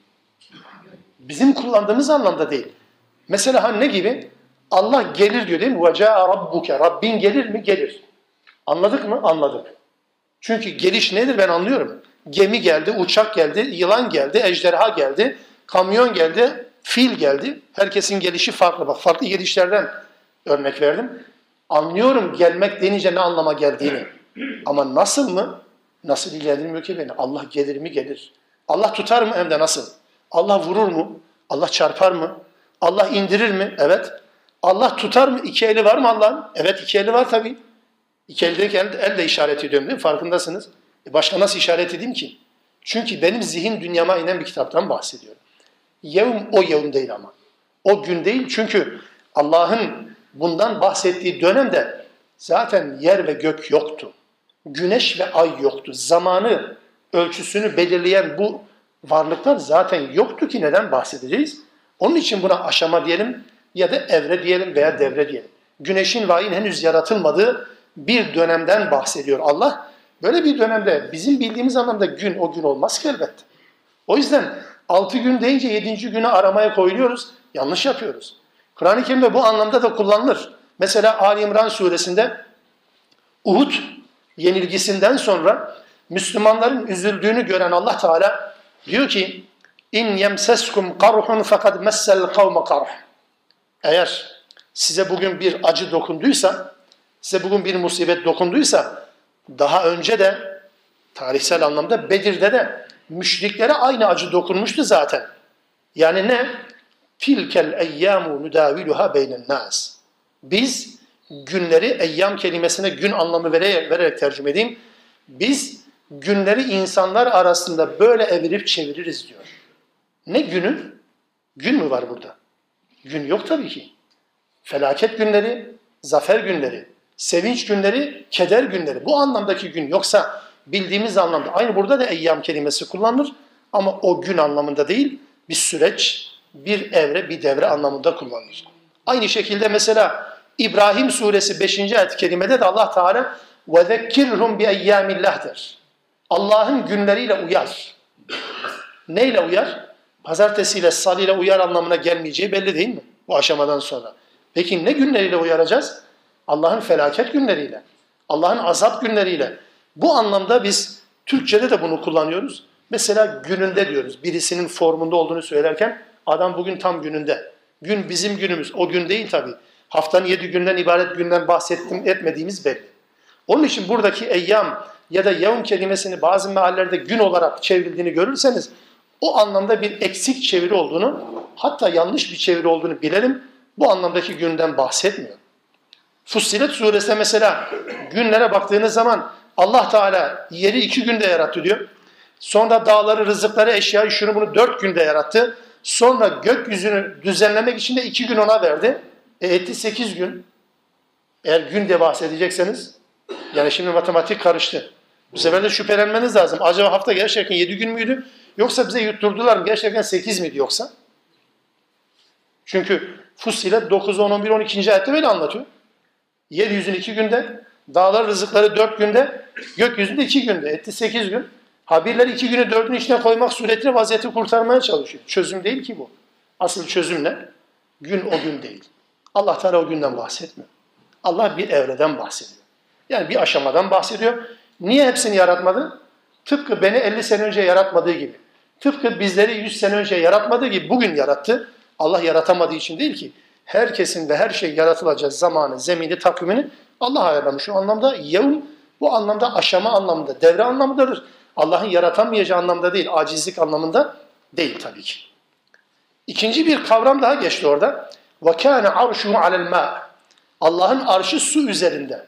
S1: Bizim kullandığımız anlamda değil. Mesela ne gibi? Allah gelir diyor değil mi? وَجَاءَ رَبُّكَ Rabbin gelir mi? Gelir. Anladık mı? Anladık. Çünkü geliş nedir ben anlıyorum. Gemi geldi, uçak geldi, yılan geldi, ejderha geldi, kamyon geldi, fil geldi. Herkesin gelişi farklı. Bak farklı gelişlerden örnek verdim. Anlıyorum gelmek denince ne anlama geldiğini. Ama nasıl mı? Nasıl ilgilendirmiyor ki beni? Allah gelir mi? Gelir. Allah tutar mı? Hem de nasıl? Allah vurur mu? Allah çarpar mı? Allah indirir mi? Evet. Allah tutar mı? İki eli var mı Allah'ın? Evet iki eli var tabii. İki eldeyken el de işaret ediyorum değil mi? Farkındasınız. Başka nasıl işaret edeyim ki? Çünkü benim zihin dünyama inen bir kitaptan bahsediyorum. Yevm o yevm değil ama. O gün değil çünkü Allah'ın bundan bahsettiği dönemde zaten yer ve gök yoktu. Güneş ve ay yoktu. Zamanı, ölçüsünü belirleyen bu varlıklar zaten yoktu ki neden bahsedeceğiz? Onun için buna aşama diyelim ya da evre diyelim veya devre diyelim. Güneşin ve ayın henüz yaratılmadığı bir dönemden bahsediyor Allah. Böyle bir dönemde bizim bildiğimiz anlamda gün o gün olmaz ki elbette. O yüzden 6 gün deyince 7. günü aramaya koyuluyoruz. Yanlış yapıyoruz. Kur'an-ı Kerim'de bu anlamda da kullanılır. Mesela Ali İmran suresinde Uhud yenilgisinden sonra Müslümanların üzüldüğünü gören Allah Teala diyor ki İn yemseskum qarhun fekad messel kavme qarh. Eğer size bugün bir acı dokunduysa, size bugün bir musibet dokunduysa, daha önce de tarihsel anlamda Bedir'de de müşriklere aynı acı dokunmuştu zaten. Yani ne? Tilkel eyyamu nudaviluha beynen nas. Biz günleri, eyyam kelimesine gün anlamı vererek tercüme edeyim. Biz günleri insanlar arasında böyle evirip çeviririz diyor. Ne günü? Gün mü var burada? Gün yok tabii ki. Felaket günleri, zafer günleri, sevinç günleri, keder günleri. Bu anlamdaki gün yoksa bildiğimiz anlamda. Aynı burada da eyyam kelimesi kullanılır ama o gün anlamında değil, bir süreç, bir evre, bir devre anlamında kullanılır. Aynı şekilde mesela İbrahim suresi 5. ayet-i kerimede de Allah Teala وَذَكِّرْهُمْ بِاَيَّامِ اللّٰهِ der. Allah'ın günleriyle uyar. Neyle uyar? Pazartesiyle, salıyla uyar anlamına gelmeyeceği belli değil mi? Bu aşamadan sonra. Peki ne günleriyle uyaracağız? Allah'ın felaket günleriyle, Allah'ın azap günleriyle. Bu anlamda biz Türkçe'de de bunu kullanıyoruz. Mesela gününde diyoruz. Birisinin formunda olduğunu söylerken adam bugün tam gününde. Gün bizim günümüz. O gün değil tabii. Haftanın 7 günden ibaret günden etmediğimiz belli. Onun için buradaki eyyam ya da yevm kelimesini bazı meallerde gün olarak çevrildiğini görürseniz o anlamda bir eksik çeviri olduğunu, hatta yanlış bir çeviri olduğunu bilelim. Bu anlamdaki günden bahsetmiyor. Fussilet suresinde mesela günlere baktığınız zaman Allah Teala yeri 2 günde yarattı diyor. Sonra dağları, rızıkları, eşyayı, şunu bunu 4 günde yarattı. Sonra gökyüzünü düzenlemek için de 2 gün ona verdi. Etti 8 gün. Eğer gün de bahsedecekseniz, yani şimdi matematik karıştı. Bu sefer de şüphelenmeniz lazım. Acaba hafta gerçekten 7 gün müydü? Yoksa bize yutturdular mı? Gerçekten 8 miydi yoksa? Çünkü Fussilet 9, 10, 11, 12. ayette böyle anlatıyor. Yeryüzünü 2 günde, dağlar rızıkları 4 günde, gökyüzünde 2 günde. Etti 8 gün. Habirler 2 günü 4'ün içine koymak suretiyle vaziyeti kurtarmaya çalışıyor. Çözüm değil ki bu. Asıl çözüm ne? Gün o gün değil. Allah Teala o günden bahsetmiyor. Allah bir evreden bahsediyor. Yani bir aşamadan bahsediyor. Niye hepsini yaratmadı? Tıpkı beni 50 sene önce yaratmadığı gibi. Tıpkı bizleri 100 sene önce yaratmadığı gibi bugün yarattı. Allah yaratamadığı için değil ki. Herkesin ve her şey yaratılacak zamanı, zemini, takvimini Allah ayarlamış. O anlamda yevm, bu anlamda aşama anlamında, devre anlamındadır. Allah'ın yaratamayacağı anlamda değil, acizlik anlamında değil tabii ki. İkinci bir kavram daha geçti orada. وَكَانَ عَرْشُهُ عَلَى الْمَاءِ Allah'ın arşı su üzerinde.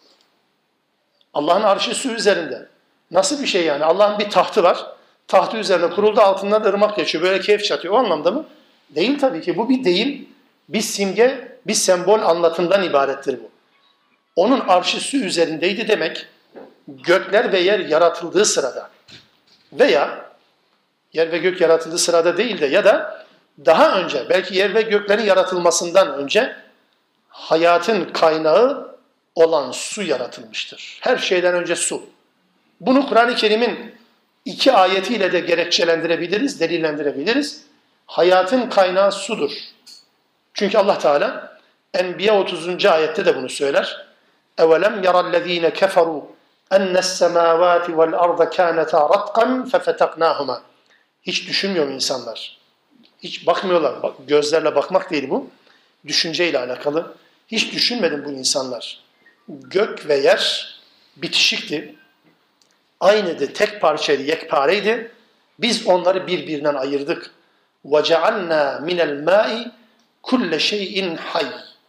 S1: Allah'ın arşı su üzerinde. Nasıl bir şey yani? Allah'ın bir tahtı var. Tahtı üzerine kuruldu, altından ırmak geçiyor. Böyle keyif çatıyor. O anlamda mı? Değil tabii ki. Bu bir deyim, bir simge, bir sembol anlatımdan ibarettir bu. Onun arşı su üzerindeydi demek, gökler ve yer yaratıldığı sırada veya yer ve gök yaratıldığı sırada değil de ya da daha önce, belki yer ve göklerin yaratılmasından önce hayatın kaynağı olan su yaratılmıştır. Her şeyden önce su. Bunu Kur'an-ı Kerim'in 2 ayetiyle de gerekçelendirebiliriz, delillendirebiliriz. Hayatın kaynağı sudur. Çünkü Allah Teala Enbiya 30. ayette de bunu söyler. اَوَلَمْ يَرَ الَّذ۪ينَ كَفَرُوا اَنَّ السَّمَاوَاتِ وَالْاَرْضَ كَانَتَا رَتْقًا فَفَتَقْنَاهُمَا Hiç düşünmüyor mu insanlar? Hiç bakmıyorlar. Bak, gözlerle bakmak değil bu. Düşünceyle alakalı. Hiç düşünmedi bu insanlar. Gök ve yer bitişikti. Aynıydı, tek parçaydı, yekpareydi. Biz onları birbirinden ayırdık. وَجَعَلْنَا مِنَ الْمَاءِ كُلَّ شَيْءٍ حَيٍّ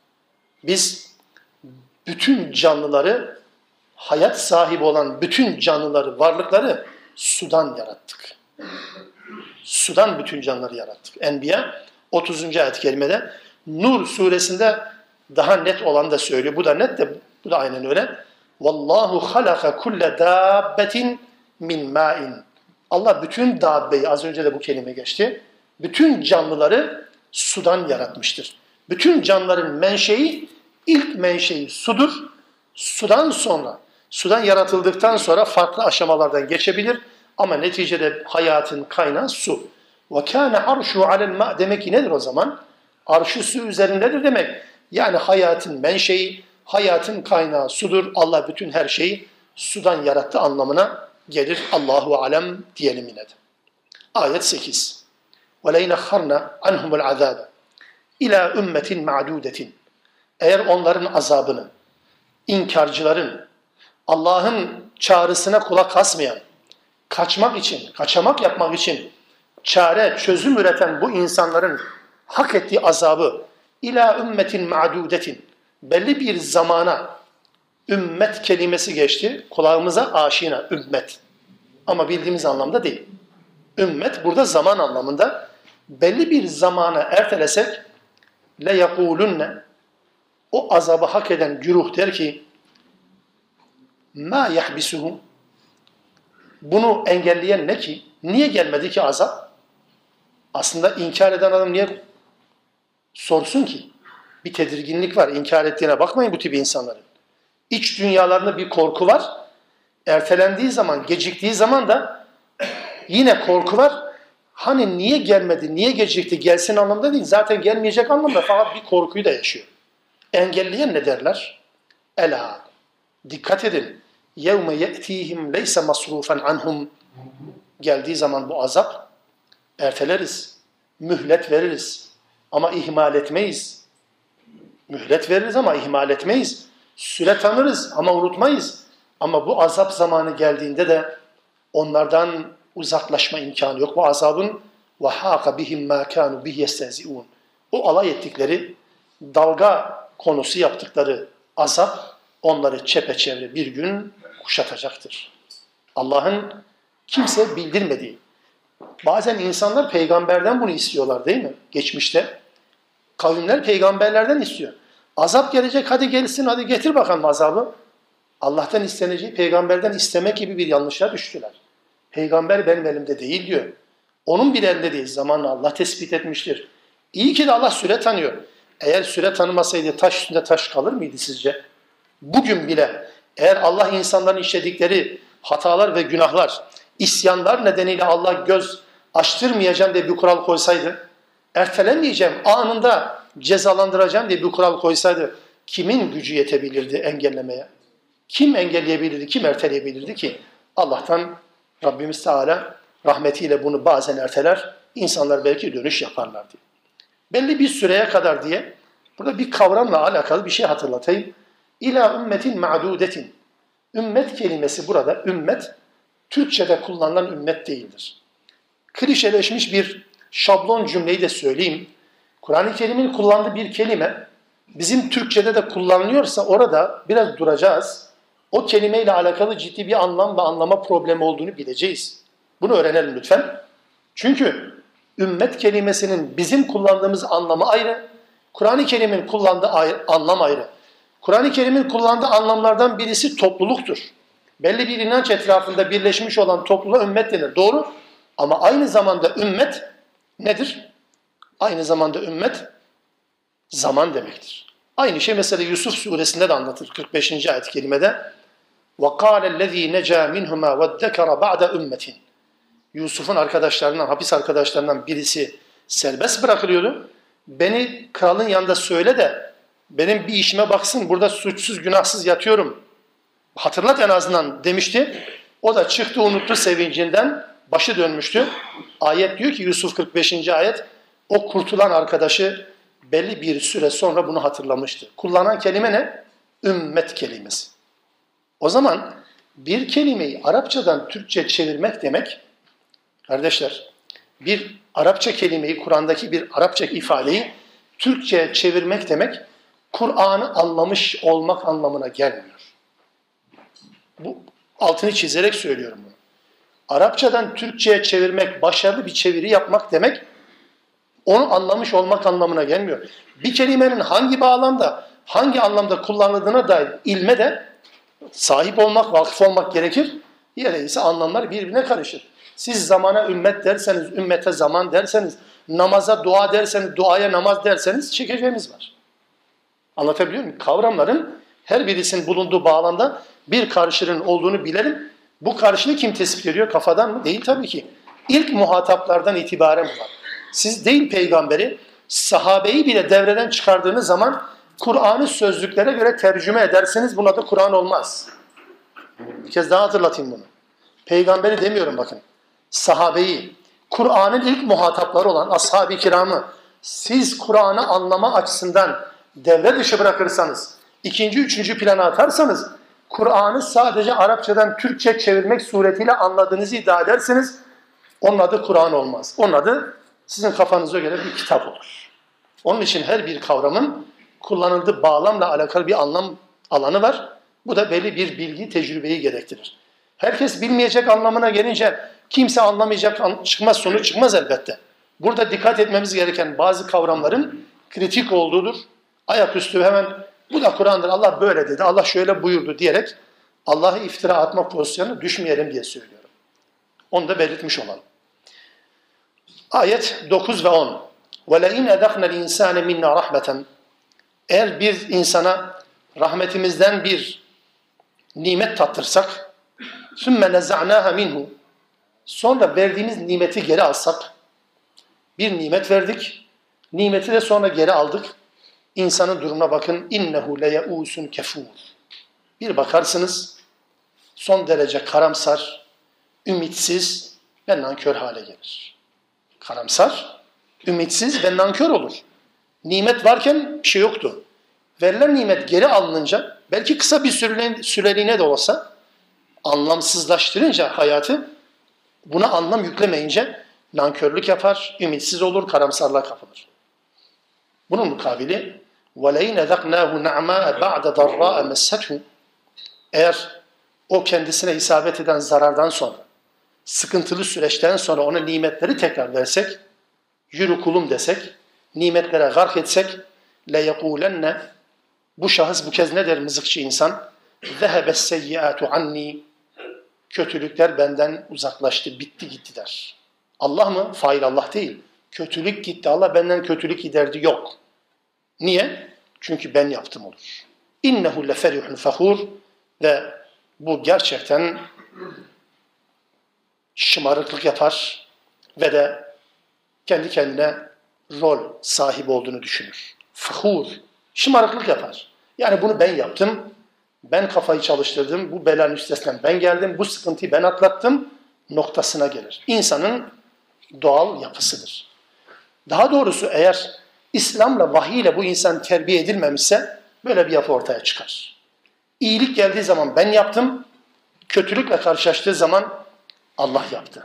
S1: Biz bütün canlıları, hayat sahibi olan bütün canlıları, varlıkları sudan yarattık. Sudan bütün canlıları yarattık. Enbiya 30. ayet-i kerimede. Nur suresinde daha net olan da söylüyor. Bu da net de, bu da aynen öyle. Vallahu halaka kulle dabbetin min ma'in. Allah bütün dabbeyi, az önce de bu kelime geçti, bütün canlıları sudan yaratmıştır. Bütün canlıların menşei, ilk menşei sudur. Sudan yaratıldıktan sonra farklı aşamalardan geçebilir. Ama neticede hayatın kaynağı su. وَكَانَ عَرْشُهُ عَلَى الْمَاءِ Demek ki nedir o zaman? Arşı su üzerindedir demek. Yani hayatın menşei, hayatın kaynağı sudur. Allah bütün her şeyi sudan yarattı anlamına gelir. Allahu alem diyelim yine de. Ayet 8. وَلَيْنَ خَرْنَا عَنْهُمُ الْعَذَابَ اِلَى اُمَّةٍ مَعْدُودَةٍ Eğer onların azabını, inkarcıların, Allah'ın çağrısına kulak asmayan, kaçamak yapmak için çare, çözüm üreten bu insanların hak ettiği azabı ila ümmetin ma'dudetin belli bir zamana ümmet kelimesi geçti. Kulağımıza aşina ümmet. Ama bildiğimiz anlamda değil. Ümmet burada zaman anlamında. Belli bir zamana ertelesek le yekulunne o azabı hak eden güruh der ki ma yahbisuhum bunu engelleyen ne ki? Niye gelmedi ki azap? Aslında inkar eden adam niye sorsun ki? Bir tedirginlik var. İnkar ettiğine bakmayın bu tip insanların. İç dünyalarında bir korku var. Ertelendiği zaman, geciktiği zaman da yine korku var. Hani niye gelmedi, niye gecikti, gelsin anlamda değil. Zaten gelmeyecek anlamda fakat bir korkuyu da yaşıyor. Engelleyen ne derler? Ela. Dikkat edin. يَوْمَ يَأْتِيهِمْ لَيْسَ مَصْرُوفًا عَنْهُمْ Geldiği zaman bu azap erteleriz, mühlet veririz ama ihmal etmeyiz. Mühlet veririz ama ihmal etmeyiz. Süre tanırız ama unutmayız. Ama bu azap zamanı geldiğinde de onlardan uzaklaşma imkanı yok. Bu azabın وَحَاقَ بِهِمْ مَا كَانُوا بِهِ يَسْتَهْزِئُونَ O alay ettikleri, dalga konusu yaptıkları azap onları çepeçevre bir gün kuşatacaktır. Allah'ın kimse bildirmediği. Bazen insanlar peygamberden bunu istiyorlar değil mi? Geçmişte. Kavimler peygamberlerden istiyor. Azap gelecek, hadi gelsin, hadi getir bakalım azabı. Allah'tan isteneceği peygamberden istemek gibi bir yanlışa düştüler. Peygamber benim elimde değil diyor. Onun bir elinde değil. Zamanla Allah tespit etmiştir. İyi ki de Allah süre tanıyor. Eğer süre tanımasaydı taş üstünde taş kalır mıydı sizce? Bugün bile eğer Allah insanların işledikleri hatalar ve günahlar, isyanlar nedeniyle Allah göz açtırmayacağım diye bir kural koysaydı, ertelemeyeceğim, anında cezalandıracağım diye bir kural koysaydı, kimin gücü yetebilirdi engellemeye? Kim engelleyebilirdi, kim erteleyebilirdi ki? Allah'tan Rabbimiz Teala rahmetiyle bunu bazen erteler. İnsanlar belki dönüş yaparlar diye. Belli bir süreye kadar diye burada bir kavramla alakalı bir şey hatırlatayım. İlâ ümmetin ma'dudetin. Ümmet kelimesi burada, ümmet, Türkçe'de kullanılan ümmet değildir. Klişeleşmiş bir şablon cümleyi de söyleyeyim. Kur'an-ı Kerim'in kullandığı bir kelime, bizim Türkçe'de de kullanılıyorsa orada biraz duracağız. O kelimeyle alakalı ciddi bir anlam ve anlama problemi olduğunu bileceğiz. Bunu öğrenelim lütfen. Çünkü ümmet kelimesinin bizim kullandığımız anlamı ayrı, Kur'an-ı Kerim'in kullandığı anlam ayrı. Kur'an-ı Kerim'in kullandığı anlamlardan birisi topluluktur. Belli bir inanç etrafında birleşmiş olan topluluğa ümmet denir. Doğru. Ama aynı zamanda ümmet nedir? Aynı zamanda ümmet zaman demektir. Aynı şey mesela Yusuf suresinde de anlatır. 45. ayet-i kerimede وَقَالَ الَّذ۪ي نَجَى مِنْهُمَا وَادَّكَرَ بَعْدَ ümmetin. Yusuf'un arkadaşlarından, hapis arkadaşlarından birisi serbest bırakılıyordu. Beni kralın yanında söyle de benim bir işime baksın, burada suçsuz günahsız yatıyorum. Hatırlat en azından demişti. O da çıktı, unuttu sevincinden, başı dönmüştü. Ayet diyor ki Yusuf 45. ayet, o kurtulan arkadaşı belli bir süre sonra bunu hatırlamıştı. Kullanan kelime ne? Ümmet kelimesi. O zaman bir kelimeyi Arapçadan Türkçe çevirmek demek, kardeşler, bir Arapça kelimeyi, Kur'an'daki bir Arapça ifadeyi Türkçe'ye çevirmek demek, Kur'an'ı anlamış olmak anlamına gelmiyor. Bu altını çizerek söylüyorum bunu. Arapçadan Türkçe'ye çevirmek, başarılı bir çeviri yapmak demek, onu anlamış olmak anlamına gelmiyor. Bir kelimenin hangi bağlamda, hangi anlamda kullanıldığına dair ilme de sahip olmak, vakıf olmak gerekir. Diğer ise anlamlar birbirine karışır. Siz zamana ümmet derseniz, ümmete zaman derseniz, namaza dua derseniz, duaya namaz derseniz çekeceğimiz var. Anlatabiliyor muyum? Kavramların her birisinin bulunduğu bağlamda bir karşılığın olduğunu bilelim. Bu karşılığı kim tespit ediyor? Kafadan mı? Değil tabii ki. İlk muhataplardan itibaren var. Siz değil peygamberi, sahabeyi bile devreden çıkardığınız zaman Kur'an'ı sözlüklere göre tercüme ederseniz buna da Kur'an olmaz. Bir kez daha hatırlatayım bunu. Peygamberi demiyorum bakın. Sahabeyi, Kur'an'ın ilk muhatapları olan ashab-ı kiramı siz Kur'an'ı anlama açısından devre dışı bırakırsanız, ikinci, üçüncü plana atarsanız, Kur'an'ı sadece Arapçadan Türkçe çevirmek suretiyle anladığınızı iddia ederseniz, onun adı Kur'an olmaz. Onun adı sizin kafanıza göre bir kitap olur. Onun için her bir kavramın kullanıldığı bağlamla alakalı bir anlam alanı var. Bu da belli bir bilgi, tecrübeyi gerektirir. Herkes bilmeyecek anlamına gelince kimse anlamayacak, çıkmaz, sonuç çıkmaz elbette. Burada dikkat etmemiz gereken bazı kavramların kritik olduğudur. Ayaküstü hemen bu da Kur'an'dır, Allah böyle dedi, Allah şöyle buyurdu diyerek Allah'ı iftira atma pozisyonuna düşmeyelim diye söylüyorum. Onu da belirtmiş olalım. Ayet 9 ve 10. وَلَاِنْ اَذَقْنَا الْاِنْسَانَ مِنَّا رَحْمَةً. Eğer bir insana rahmetimizden bir nimet tattırsak, ثُمَّ نَزَعْنَاهَا مِنْهُ. Sonra verdiğimiz nimeti geri alsak, bir nimet verdik, nimeti de sonra geri aldık. İnsanın durumuna bakın, اِنَّهُ لَيَعُوسٌ كَفُورٌ. Bir bakarsınız, son derece karamsar, ümitsiz ve nankör hale gelir. Karamsar, ümitsiz ve nankör olur. Nimet varken bir şey yoktu. Verilen nimet geri alınınca, belki kısa bir süreliğine de olsa, anlamsızlaştırınca hayatı, buna anlam yüklemeyince nankörlük yapar, ümitsiz olur, karamsarlığa kapılır. Bunun mukabili وَلَيْنَ ذَقْنَاهُ نَعْمَاءَ بَعْدَ ضَرَّاءَ مَسَّتْهُ. Eğer o kendisine isabet eden zarardan sonra, sıkıntılı süreçten sonra ona nimetleri tekrar versek, yürü kulum desek, nimetlere gark etsek, لَيَقُولَنَّ. Bu şahıs bu kez ne der mızıkçı insan? ذَهَبَ السَّيِّئَاتُ عَنِّي. Kötülükler benden uzaklaştı, bitti gitti der. Allah mı? Fail Allah değil. Kötülük gitti, Allah benden kötülük giderdi, yok. Niye? Çünkü ben yaptım olur. İnnehu leferihun fahur. Ve bu gerçekten şımarıklık yapar ve de kendi kendine rol sahibi olduğunu düşünür. Fahur, şımarıklık yapar. Yani bunu ben yaptım, ben kafayı çalıştırdım, bu belanın üstesinden ben geldim, bu sıkıntıyı ben atlattım. noktasına gelir. İnsanın doğal yapısıdır. Daha doğrusu eğer İslam'la, vahiyle bu insan terbiye edilmemişse böyle bir yapı ortaya çıkar. İyilik geldiği zaman ben yaptım, kötülükle karşılaştığı zaman Allah yaptı.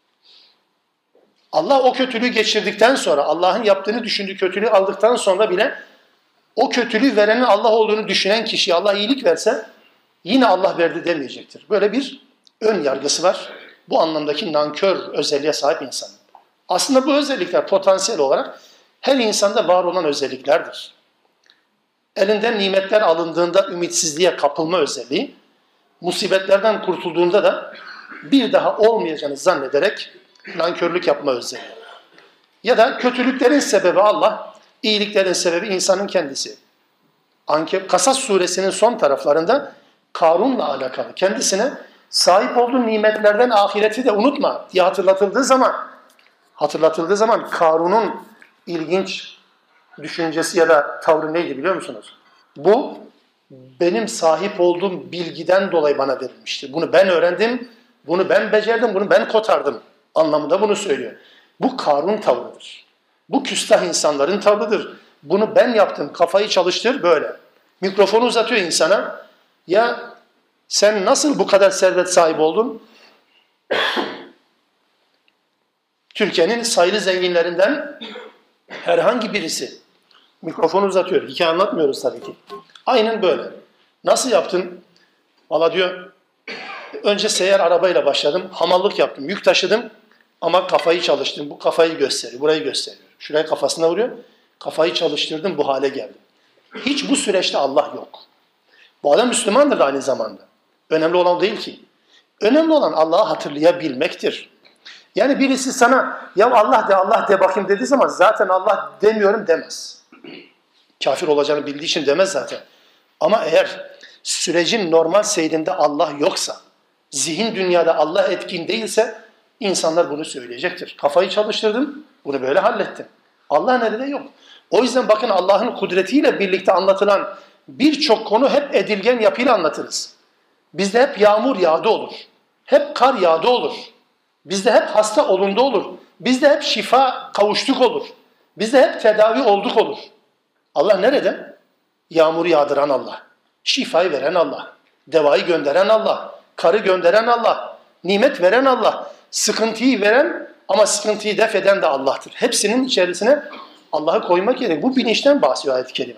S1: Allah o kötülüğü geçirdikten sonra, Allah'ın yaptığını düşündüğü kötülüğü aldıktan sonra bile o kötülüğü verenin Allah olduğunu düşünen kişiye Allah iyilik verse yine Allah verdi demeyecektir. Böyle bir ön yargısı var. Bu anlamdaki nankör özelliğe sahip insan. Aslında bu özellikler potansiyel olarak her insanda var olan özelliklerdir. Elinden nimetler alındığında ümitsizliğe kapılma özelliği, musibetlerden kurtulduğunda da bir daha olmayacağını zannederek nankörlük yapma özelliği. Ya da kötülüklerin sebebi Allah, iyiliklerin sebebi insanın kendisi. Kasas suresinin son taraflarında Karun'la alakalı kendisine sahip olduğu nimetlerden ahireti de unutma diye hatırlatıldığı zaman Karun'un ilginç düşüncesi ya da tavrı neydi biliyor musunuz? Bu benim sahip olduğum bilgiden dolayı bana verilmiştir. Bunu ben öğrendim, bunu ben becerdim, bunu ben kotardım anlamında bunu söylüyor. Bu Karun tavrıdır. Bu küstah insanların tavrıdır. Bunu ben yaptım, kafayı çalıştır böyle. Mikrofonu uzatıyor insana. Ya sen nasıl bu kadar servet sahibi oldun? Türkiye'nin sayılı zenginlerinden herhangi birisi mikrofonu uzatıyor. Hikaye anlatmıyoruz tabii ki. Aynen böyle. Nasıl yaptın? Valla diyor, önce seyyar arabayla başladım. Hamallık yaptım, yük taşıdım. Ama kafayı çalıştım. Bu kafayı gösteriyor, burayı gösteriyor. Şuraya kafasına vuruyor. Kafayı çalıştırdım, bu hale geldim. Hiç bu süreçte Allah yok. Bu adam Müslümandır da aynı zamanda. Önemli olan değil ki. Önemli olan Allah'ı hatırlayabilmektir. Yani birisi sana ya Allah de bakayım dediği zaman zaten Allah demiyorum demez. Kafir olacağını bildiği için demez zaten. Ama eğer sürecin normal seyrinde Allah yoksa, zihin dünyada Allah etkin değilse insanlar bunu söyleyecektir. Kafayı çalıştırdım, bunu böyle hallettim. Allah nerede yok. O yüzden bakın Allah'ın kudretiyle birlikte anlatılan birçok konu hep edilgen yapıyla anlatırız. Bizde hep yağmur yağdı olur. Hep kar yağdı olur. Bizde hep hasta olundu olur. Bizde hep şifa kavuştuk olur. Bizde hep tedavi olduk olur. Allah nerede? Yağmuru yağdıran Allah. Şifayı veren Allah. Devayı gönderen Allah. Karı gönderen Allah. Nimet veren Allah. Sıkıntıyı veren ama sıkıntıyı def eden de Allah'tır. Hepsinin içerisine Allah'ı koymak gerek. Bu bilinçten bahsediyor ayet-i kerime.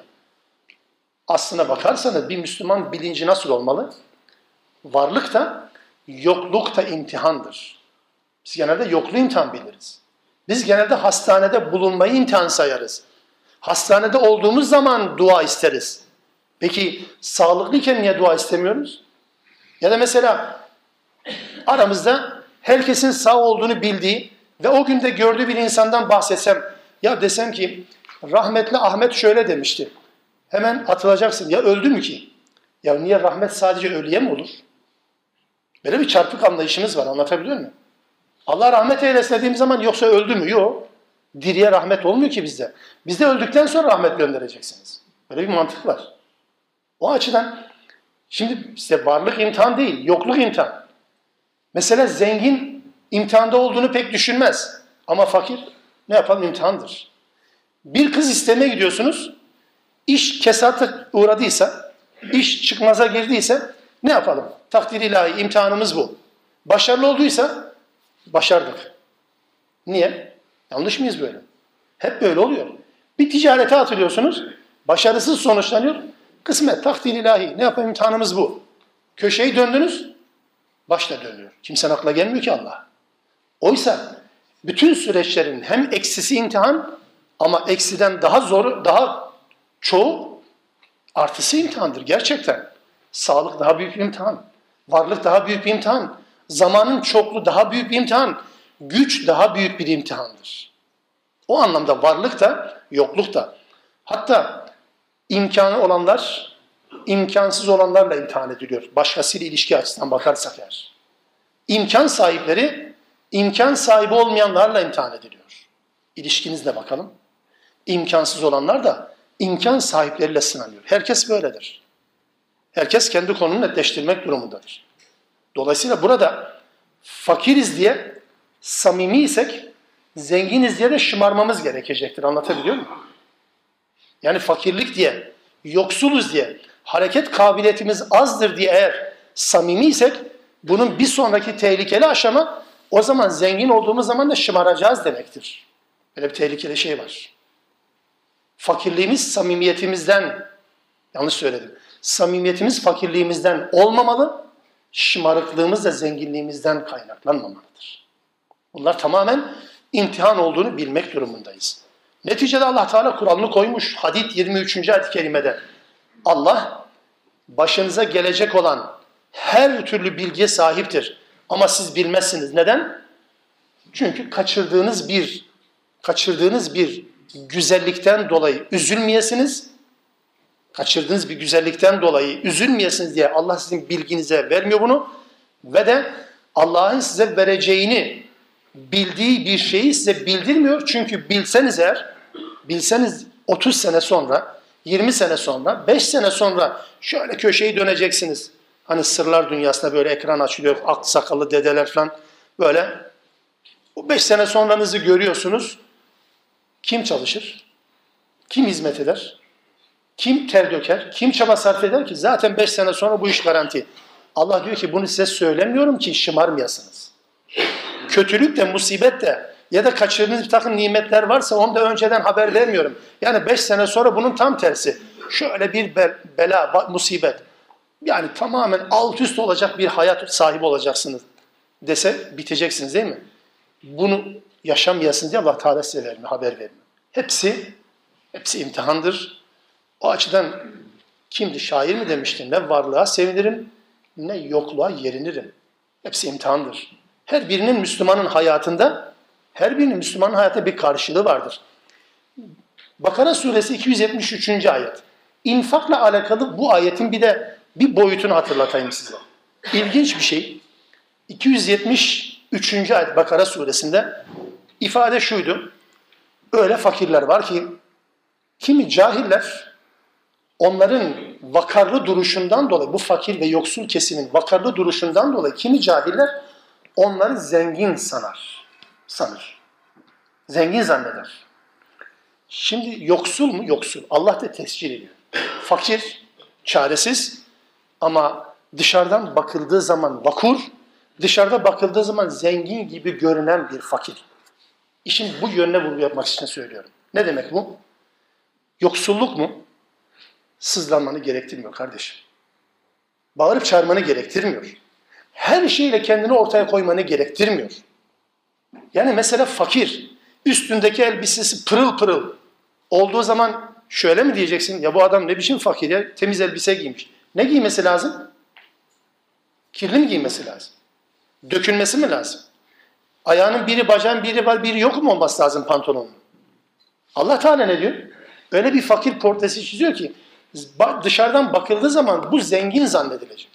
S1: Aslına bakarsanız bir Müslüman bilinci nasıl olmalı? Varlık da yokluk da imtihandır. Biz genelde yokluğu imtihan biliriz. Biz genelde hastanede bulunmayı imtihan sayarız. Hastanede olduğumuz zaman dua isteriz. Peki sağlıklıyken niye dua istemiyoruz? Ya da mesela aramızda herkesin sağ olduğunu bildiği ve o günde gördüğü bir insandan bahsetsem, ya desem ki rahmetli Ahmet şöyle demişti. Hemen atılacaksın. Ya öldü mü ki? Ya niye rahmet sadece ölüye mi olur? Böyle bir çarpık anlayışımız var. Anlatabiliyor muyum? Allah rahmet eylesin dediğim zaman yoksa öldü mü? Yok. Diriye rahmet olmuyor ki bizde. Bizde öldükten sonra rahmet göndereceksiniz. Böyle bir mantık var. O açıdan şimdi işte varlık imtihan değil, yokluk imtihan. Mesela zengin imtihanda olduğunu pek düşünmez. Ama fakir ne yapalım imtihandır. Bir kız istemeye gidiyorsunuz. İş kesata uğradıysa, iş çıkmaza girdiyse ne yapalım? Takdir ilahi imtihanımız bu. Başarılı olduysa başardık. Niye? Yanlış mıyız böyle? Hep böyle oluyor. Bir ticarete atılıyorsunuz, başarısız sonuçlanıyor. Kısmet, takdir ilahi. Ne yapayım imtihanımız bu. Köşeyi döndünüz, başta dönüyor. Kimsenin aklına gelmiyor ki Allah. Oysa bütün süreçlerin hem eksisi imtihan ama eksiden daha zoru, daha çoğu artısı imtihandır gerçekten. Sağlık daha büyük bir imtihan. Varlık daha büyük bir imtihan. Zamanın çokluğu daha büyük bir imtihan. Güç daha büyük bir imtihandır. O anlamda varlık da, yokluk da. Hatta imkanı olanlar, imkansız olanlarla imtihan ediliyor. Başkasıyla ilişki açısından bakarsak eğer. İmkan sahipleri, imkan sahibi olmayanlarla imtihan ediliyor. İlişkinizle bakalım. İmkansız olanlar da imkan sahipleriyle sınanıyor. Herkes böyledir. Herkes kendi konumunu netleştirmek durumundadır. Dolayısıyla burada fakiriz diye samimiysek, zenginiz diye de şımarmamız gerekecektir. Anlatabiliyor muyum? Yani fakirlik diye, yoksuluz diye, hareket kabiliyetimiz azdır diye eğer samimiysek, bunun bir sonraki tehlikeli aşama, o zaman zengin olduğumuz zaman da şımaracağız demektir. Böyle bir tehlikeli şey var. Fakirliğimiz samimiyetimizden, yanlış söyledim, samimiyetimiz fakirliğimizden olmamalı, şımarıklığımız da zenginliğimizden kaynaklanmamalıdır. Bunlar tamamen imtihan olduğunu bilmek durumundayız. Neticede Allah Teala kuralını koymuş. Hadid 23. ayet-i kerimede. Allah başınıza gelecek olan her türlü bilgiye sahiptir. Ama siz bilmezsiniz. Neden? Çünkü kaçırdığınız bir güzellikten dolayı üzülmeyesiniz. Kaçırdığınız bir güzellikten dolayı üzülmeyesiniz diye Allah sizin bilginize vermiyor bunu. Ve de Allah'ın size vereceğini bildiği bir şeyi size bildirmiyor. Çünkü bilseniz 30 sene sonra, 20 sene sonra, 5 sene sonra şöyle köşeyi döneceksiniz. Hani sırlar dünyasında böyle ekran açılıyor, ak sakallı dedeler falan böyle. Bu 5 sene sonranızı görüyorsunuz. Kim çalışır? Kim hizmet eder? Kim ter döker? Kim çaba sarf eder ki? Zaten 5 sene sonra bu iş garanti. Allah diyor ki bunu size söylemiyorum ki şımarmayasınız. Kötülük de, musibet de ya da kaçırdığınız bir takım nimetler varsa onu da önceden haber vermiyorum. Yani 5 sene sonra bunun tam tersi. Şöyle bir bela, musibet. Yani tamamen alt üst olacak bir hayat sahibi olacaksınız dese biteceksiniz değil mi? Bunu yaşamayasınız diye Allah Teala size vermiyor, haber vermiyor. Hepsi imtihandır. O açıdan kimdi? Şair mi demişti? Ne varlığa sevinirim, ne yokluğa yerinirim. Hepsi imtihandır. Her birinin Müslümanın hayatında bir karşılığı vardır. Bakara suresi 273. ayet. İnfakla alakalı bu ayetin bir boyutunu hatırlatayım size. İlginç bir şey. 273. ayet Bakara suresinde ifade şuydu. Öyle fakirler var ki kimi cahiller onların vakarlı duruşundan dolayı, bu fakir ve yoksul kesimin vakarlı duruşundan dolayı kimi cahiller onları zengin sanır. Zengin zanneder. Şimdi yoksul mu? Yoksul. Allah da tescil ediyor. Fakir, çaresiz ama dışarıdan bakıldığı zaman vakur, dışarıda bakıldığı zaman zengin gibi görünen bir fakir. İşin bu yönüne vurgu yapmak için söylüyorum. Ne demek bu? Yoksulluk mu? Sızlanmanı gerektirmiyor kardeşim. Bağırıp çağırmanı gerektirmiyor. Her şeyle kendini ortaya koymanı gerektirmiyor. Yani mesela fakir, üstündeki elbisesi pırıl pırıl olduğu zaman şöyle mi diyeceksin? Ya bu adam ne biçim fakir ya? Temiz elbise giymiş. Ne giymesi lazım? Kirli mi giymesi lazım? Dökülmesi mi lazım? Ayağının biri, bacağın biri var, biri yok mu olması lazım pantolonun? Allah Teala ne diyor? Öyle bir fakir portresi çiziyor ki dışarıdan bakıldığı zaman bu zengin zannedilecek.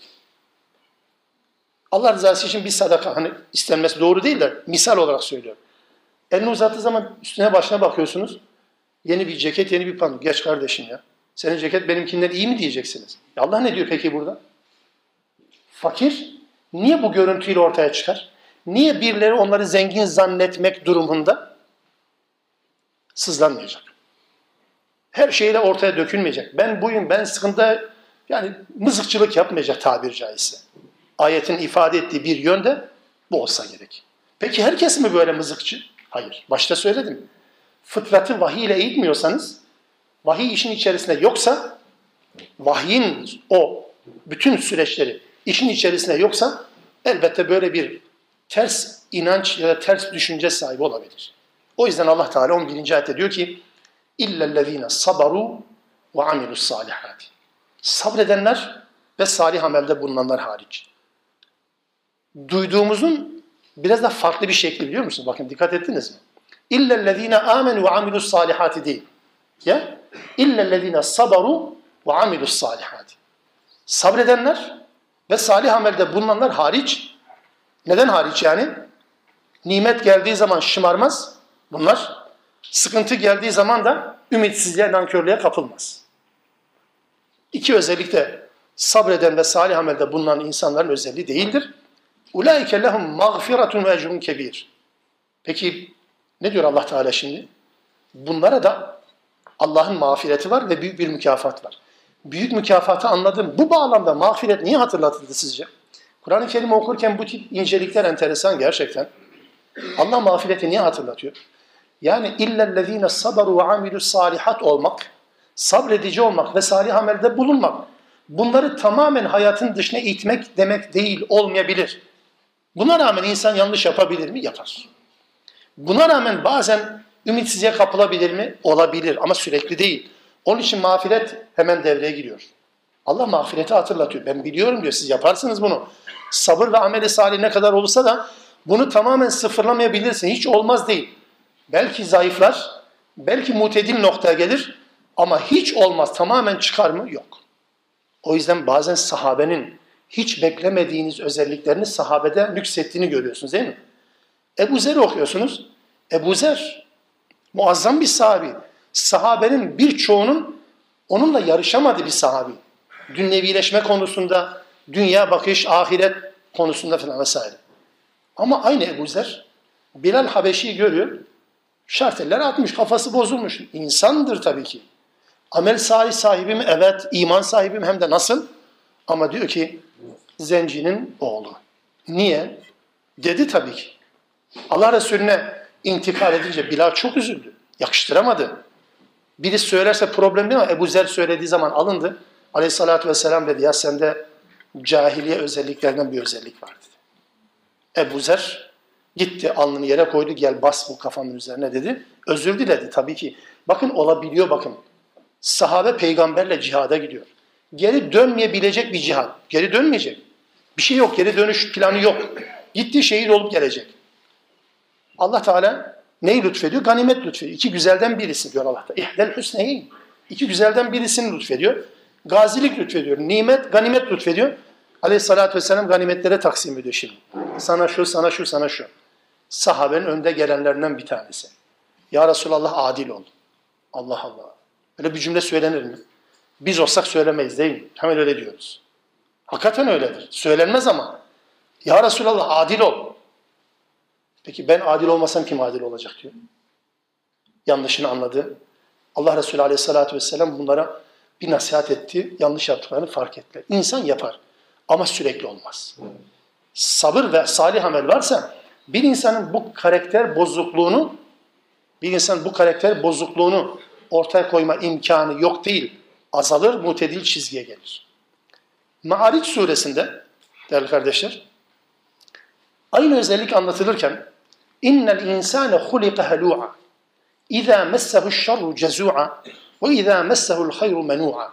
S1: Allah rızası için bir sadaka, hani istenmesi doğru değil de misal olarak söylüyorum. Elini uzattığı zaman üstüne başına bakıyorsunuz. Yeni bir ceket, yeni bir pantolon. Geç kardeşim ya. Senin ceket benimkinden iyi mi diyeceksiniz? Ya Allah ne diyor peki burada? Fakir niye bu görüntüyle ortaya çıkar? Niye birileri onları zengin zannetmek durumunda? Sızlanmayacak. Her şeyle ortaya dökülmeyecek. Ben buyum, ben sıkıntı, yani mızıkçılık yapmayacak tabiri caizse. Ayetin ifade ettiği bir yönde bu olsa gerek. Peki herkes mi böyle mızıkçı? Hayır. Başta söyledim. Fıtratı vahiy ile eğitmiyorsanız, vahiy işin içerisinde yoksa, vahyin o bütün süreçleri işin içerisinde yoksa elbette böyle bir ters inanç ya da ters düşünce sahibi olabilir. O yüzden Allah Teala 11. ayette diyor ki İllellezîne sabaru ve amilus salihâti. Sabredenler ve salih amelde bulunanlar hariç. Duyduğumuzun biraz da farklı bir şekli biliyor musunuz? Bakın dikkat ettiniz mi? İllellezîne âmenû ve amilus salihâti değil. Ya? İllellezîne sabaru ve amilus salihâti. Sabredenler ve salih amelde bulunanlar hariç. Neden hariç yani? Nimet geldiği zaman şımarmaz bunlar. Sıkıntı geldiği zaman da ümitsizliğe, nankörlüğe kapılmaz. İki özellik de sabreden ve salih amelde bulunan insanların özelliği değildir. Ulaike lehum mağfiretun ve ecrun kebir. Peki ne diyor Allah Teala şimdi? Bunlara da Allah'ın mağfireti var ve büyük bir mükafat var. Büyük mükafatı anladım. Bu bağlamda mağfiret niye hatırlatıldı sizce? Kur'an-ı Kerim okurken bu tip incelikler enteresan gerçekten. Allah mağfireti niye hatırlatıyor? Yani illellezine sabaru ve amilus salihat olmak, sabredici olmak ve salih amelde bulunmak, bunları tamamen hayatın dışına itmek demek değil, olmayabilir. Buna rağmen insan yanlış yapabilir mi? Yapar. Buna rağmen bazen ümitsizliğe kapılabilir mi? Olabilir ama sürekli değil. Onun için mağfiret hemen devreye giriyor. Allah mağfireti hatırlatıyor. Ben biliyorum diyor, siz yaparsınız bunu. Sabır ve ameli salih ne kadar olursa da bunu tamamen sıfırlamayabilirsin. Hiç olmaz değil. Belki zayıflar, belki mutedil noktaya gelir ama hiç olmaz. Tamamen çıkar mı? Yok. O yüzden bazen sahabenin hiç beklemediğiniz özelliklerini sahabede nüksettiğini görüyorsunuz değil mi? Ebu Zer'i okuyorsunuz. Ebu Zer muazzam bir sahabi. Sahabenin birçoğunun onunla yarışamadığı bir sahabi. Dünyevileşme konusunda, dünya bakış, ahiret konusunda falan vesaire. Ama aynı Ebu Zer, Bilal Habeşi'yi görüyor. Şarteller atmış, kafası bozulmuş. İnsandır tabii ki. Amel salih sahibim, evet, iman sahibim hem de nasıl? Ama diyor ki, zencinin oğlu. Niye? Dedi tabii ki. Allah Resulüne intikal edince Bilal çok üzüldü. Yakıştıramadı. Biri söylerse problem değil ama Ebu Zer söylediği zaman alındı. Aleyhissalatü vesselam dedi ya sende cahiliye özelliklerinden bir özellik var dedi. Ebu Zer gitti alnını yere koydu, gel bas bu kafamın üzerine dedi. Özür diledi tabii ki. Bakın olabiliyor bakın. Sahabe peygamberle cihada gidiyor. Geri dönmeyebilecek bir cihat. Geri dönmeyecek. Bir şey yok, geri dönüş planı yok. Gitti şehit olup gelecek. Allah Teala neyi lütfediyor? Ganimet lütfediyor. İki güzelden birisi diyor Allah Teala. İhdel hüsneyn. İki güzelden birisini lütfediyor. Gazilik lütfediyor. Nimet, ganimet lütfediyor. Aleyhissalatü vesselam ganimetlere taksim ediyor şimdi. Sana şu, sana şu, sana şu. Sahabenin önde gelenlerinden bir tanesi. Ya Resulallah adil ol. Allah Allah. Öyle bir cümle söylenir mi? Biz olsak söylemeyiz değil mi? Hemen öyle diyoruz. Hakikaten öyledir. Söylenmez ama. Ya Resulallah adil ol. Peki ben adil olmasam kim adil olacak diyor. Yanlışını anladı. Allah Resulü Aleyhisselatü Vesselam bunlara bir nasihat etti. Yanlış yaptıklarını fark ettiler. İnsan yapar ama sürekli olmaz. Sabır ve salih amel varsa bir insanın bu karakter bozukluğunu ortaya koyma imkanı yok değil. Azalır, mutedil çizgiye gelir. Ma'aric suresinde değerli kardeşler aynı özellik anlatılırken innel insane hulika halu'a iza messehu'ş şerru cezu'a ve iza messehu'l hayru menu'a.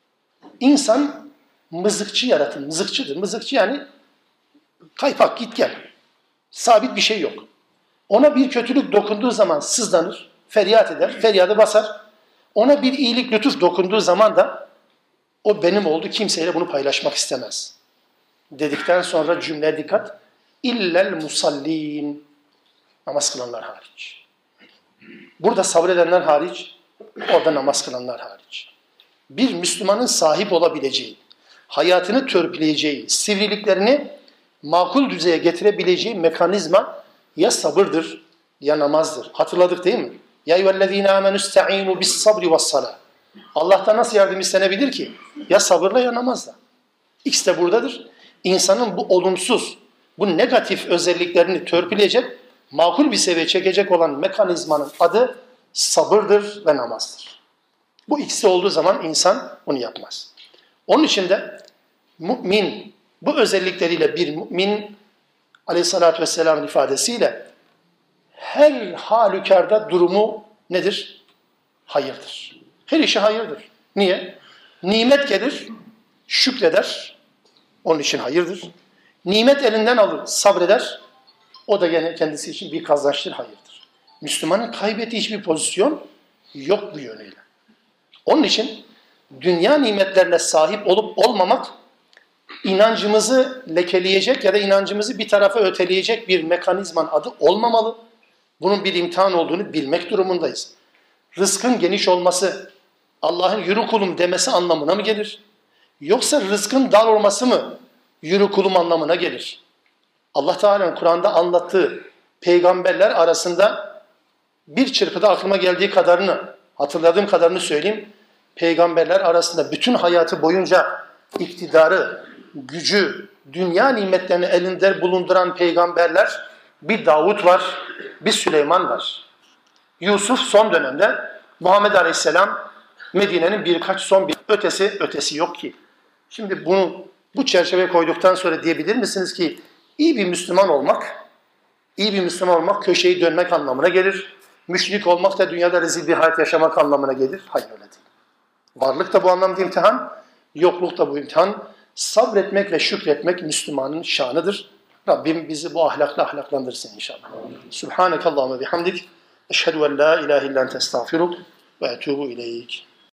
S1: İnsan mızıkçı yaratılır. Mızıkçıdır. Mızıkçı yani kaypak git gel. Sabit bir şey yok. Ona bir kötülük dokunduğu zaman sızlanır, feryat eder, feryadı basar. Ona bir iyilik lütuf dokunduğu zaman da o benim oldu, kimseyle bunu paylaşmak istemez. Dedikten sonra cümleye dikkat. İllel musallin. Namaz kılanlar hariç. Burada sabredenler hariç, orada namaz kılanlar hariç. Bir Müslümanın sahip olabileceği, hayatını törpüleyeceği, sivriliklerini makul düzeye getirebileceği mekanizma ya sabırdır ya namazdır. Hatırladık değil mi? Ya eyyühellezine amenü sta'inu bis sabri ve salah. Allah'tan nasıl yardım istenebilir ki? Ya sabırla ya namazla. İkisi de buradadır. İnsanın bu olumsuz, bu negatif özelliklerini törpüleyecek, makul bir seviyeye çekecek olan mekanizmanın adı sabırdır ve namazdır. Bu ikisi olduğu zaman insan bunu yapmaz. Onun için de mümin, bu özellikleriyle bir mümin Aleyhissalatü vesselam'ın ifadesiyle her halükarda durumu nedir? Hayırdır. Her işi hayırdır. Niye? Nimet gelir, şükreder. Onun için hayırdır. Nimet elinden alır, sabreder. O da gene kendisi için bir kazançtır, hayırdır. Müslümanın kaybettiği hiçbir pozisyon yok bu yönüyle. Onun için dünya nimetlerine sahip olup olmamak inancımızı lekeleyecek ya da inancımızı bir tarafa öteleyecek bir mekanizmanın adı olmamalı. Bunun bir imtihan olduğunu bilmek durumundayız. Rızkın geniş olması, Allah'ın yürü kulum demesi anlamına mı gelir? Yoksa rızkın dar olması mı yürü kulum anlamına gelir? Allah Teala'nın Kur'an'da anlattığı peygamberler arasında bir çırpıda aklıma geldiği kadarını, hatırladığım kadarını söyleyeyim. Peygamberler arasında bütün hayatı boyunca iktidarı, gücü, dünya nimetlerini elinde bulunduran peygamberler, bir Davud var, bir Süleyman var. Yusuf son dönemde, Muhammed Aleyhisselam Medine'nin birkaç son bir ötesi yok ki. Şimdi bunu bu çerçeveye koyduktan sonra diyebilir misiniz ki iyi bir Müslüman olmak köşeyi dönmek anlamına gelir. Müşrik olmak da dünyada rezil bir hayat yaşamak anlamına gelir. Hayır, öyle değil. Varlık da bu anlamda imtihan, yokluk da bu imtihan. Sabretmek ve şükretmek Müslümanın şanıdır. Rabbim bizi bu ahlakla ahlaklandırsın inşallah. Subhanekallahumma bihamdik. Eşhedü en la ilahe illa ente estağfiruk ve etûbü ileyk.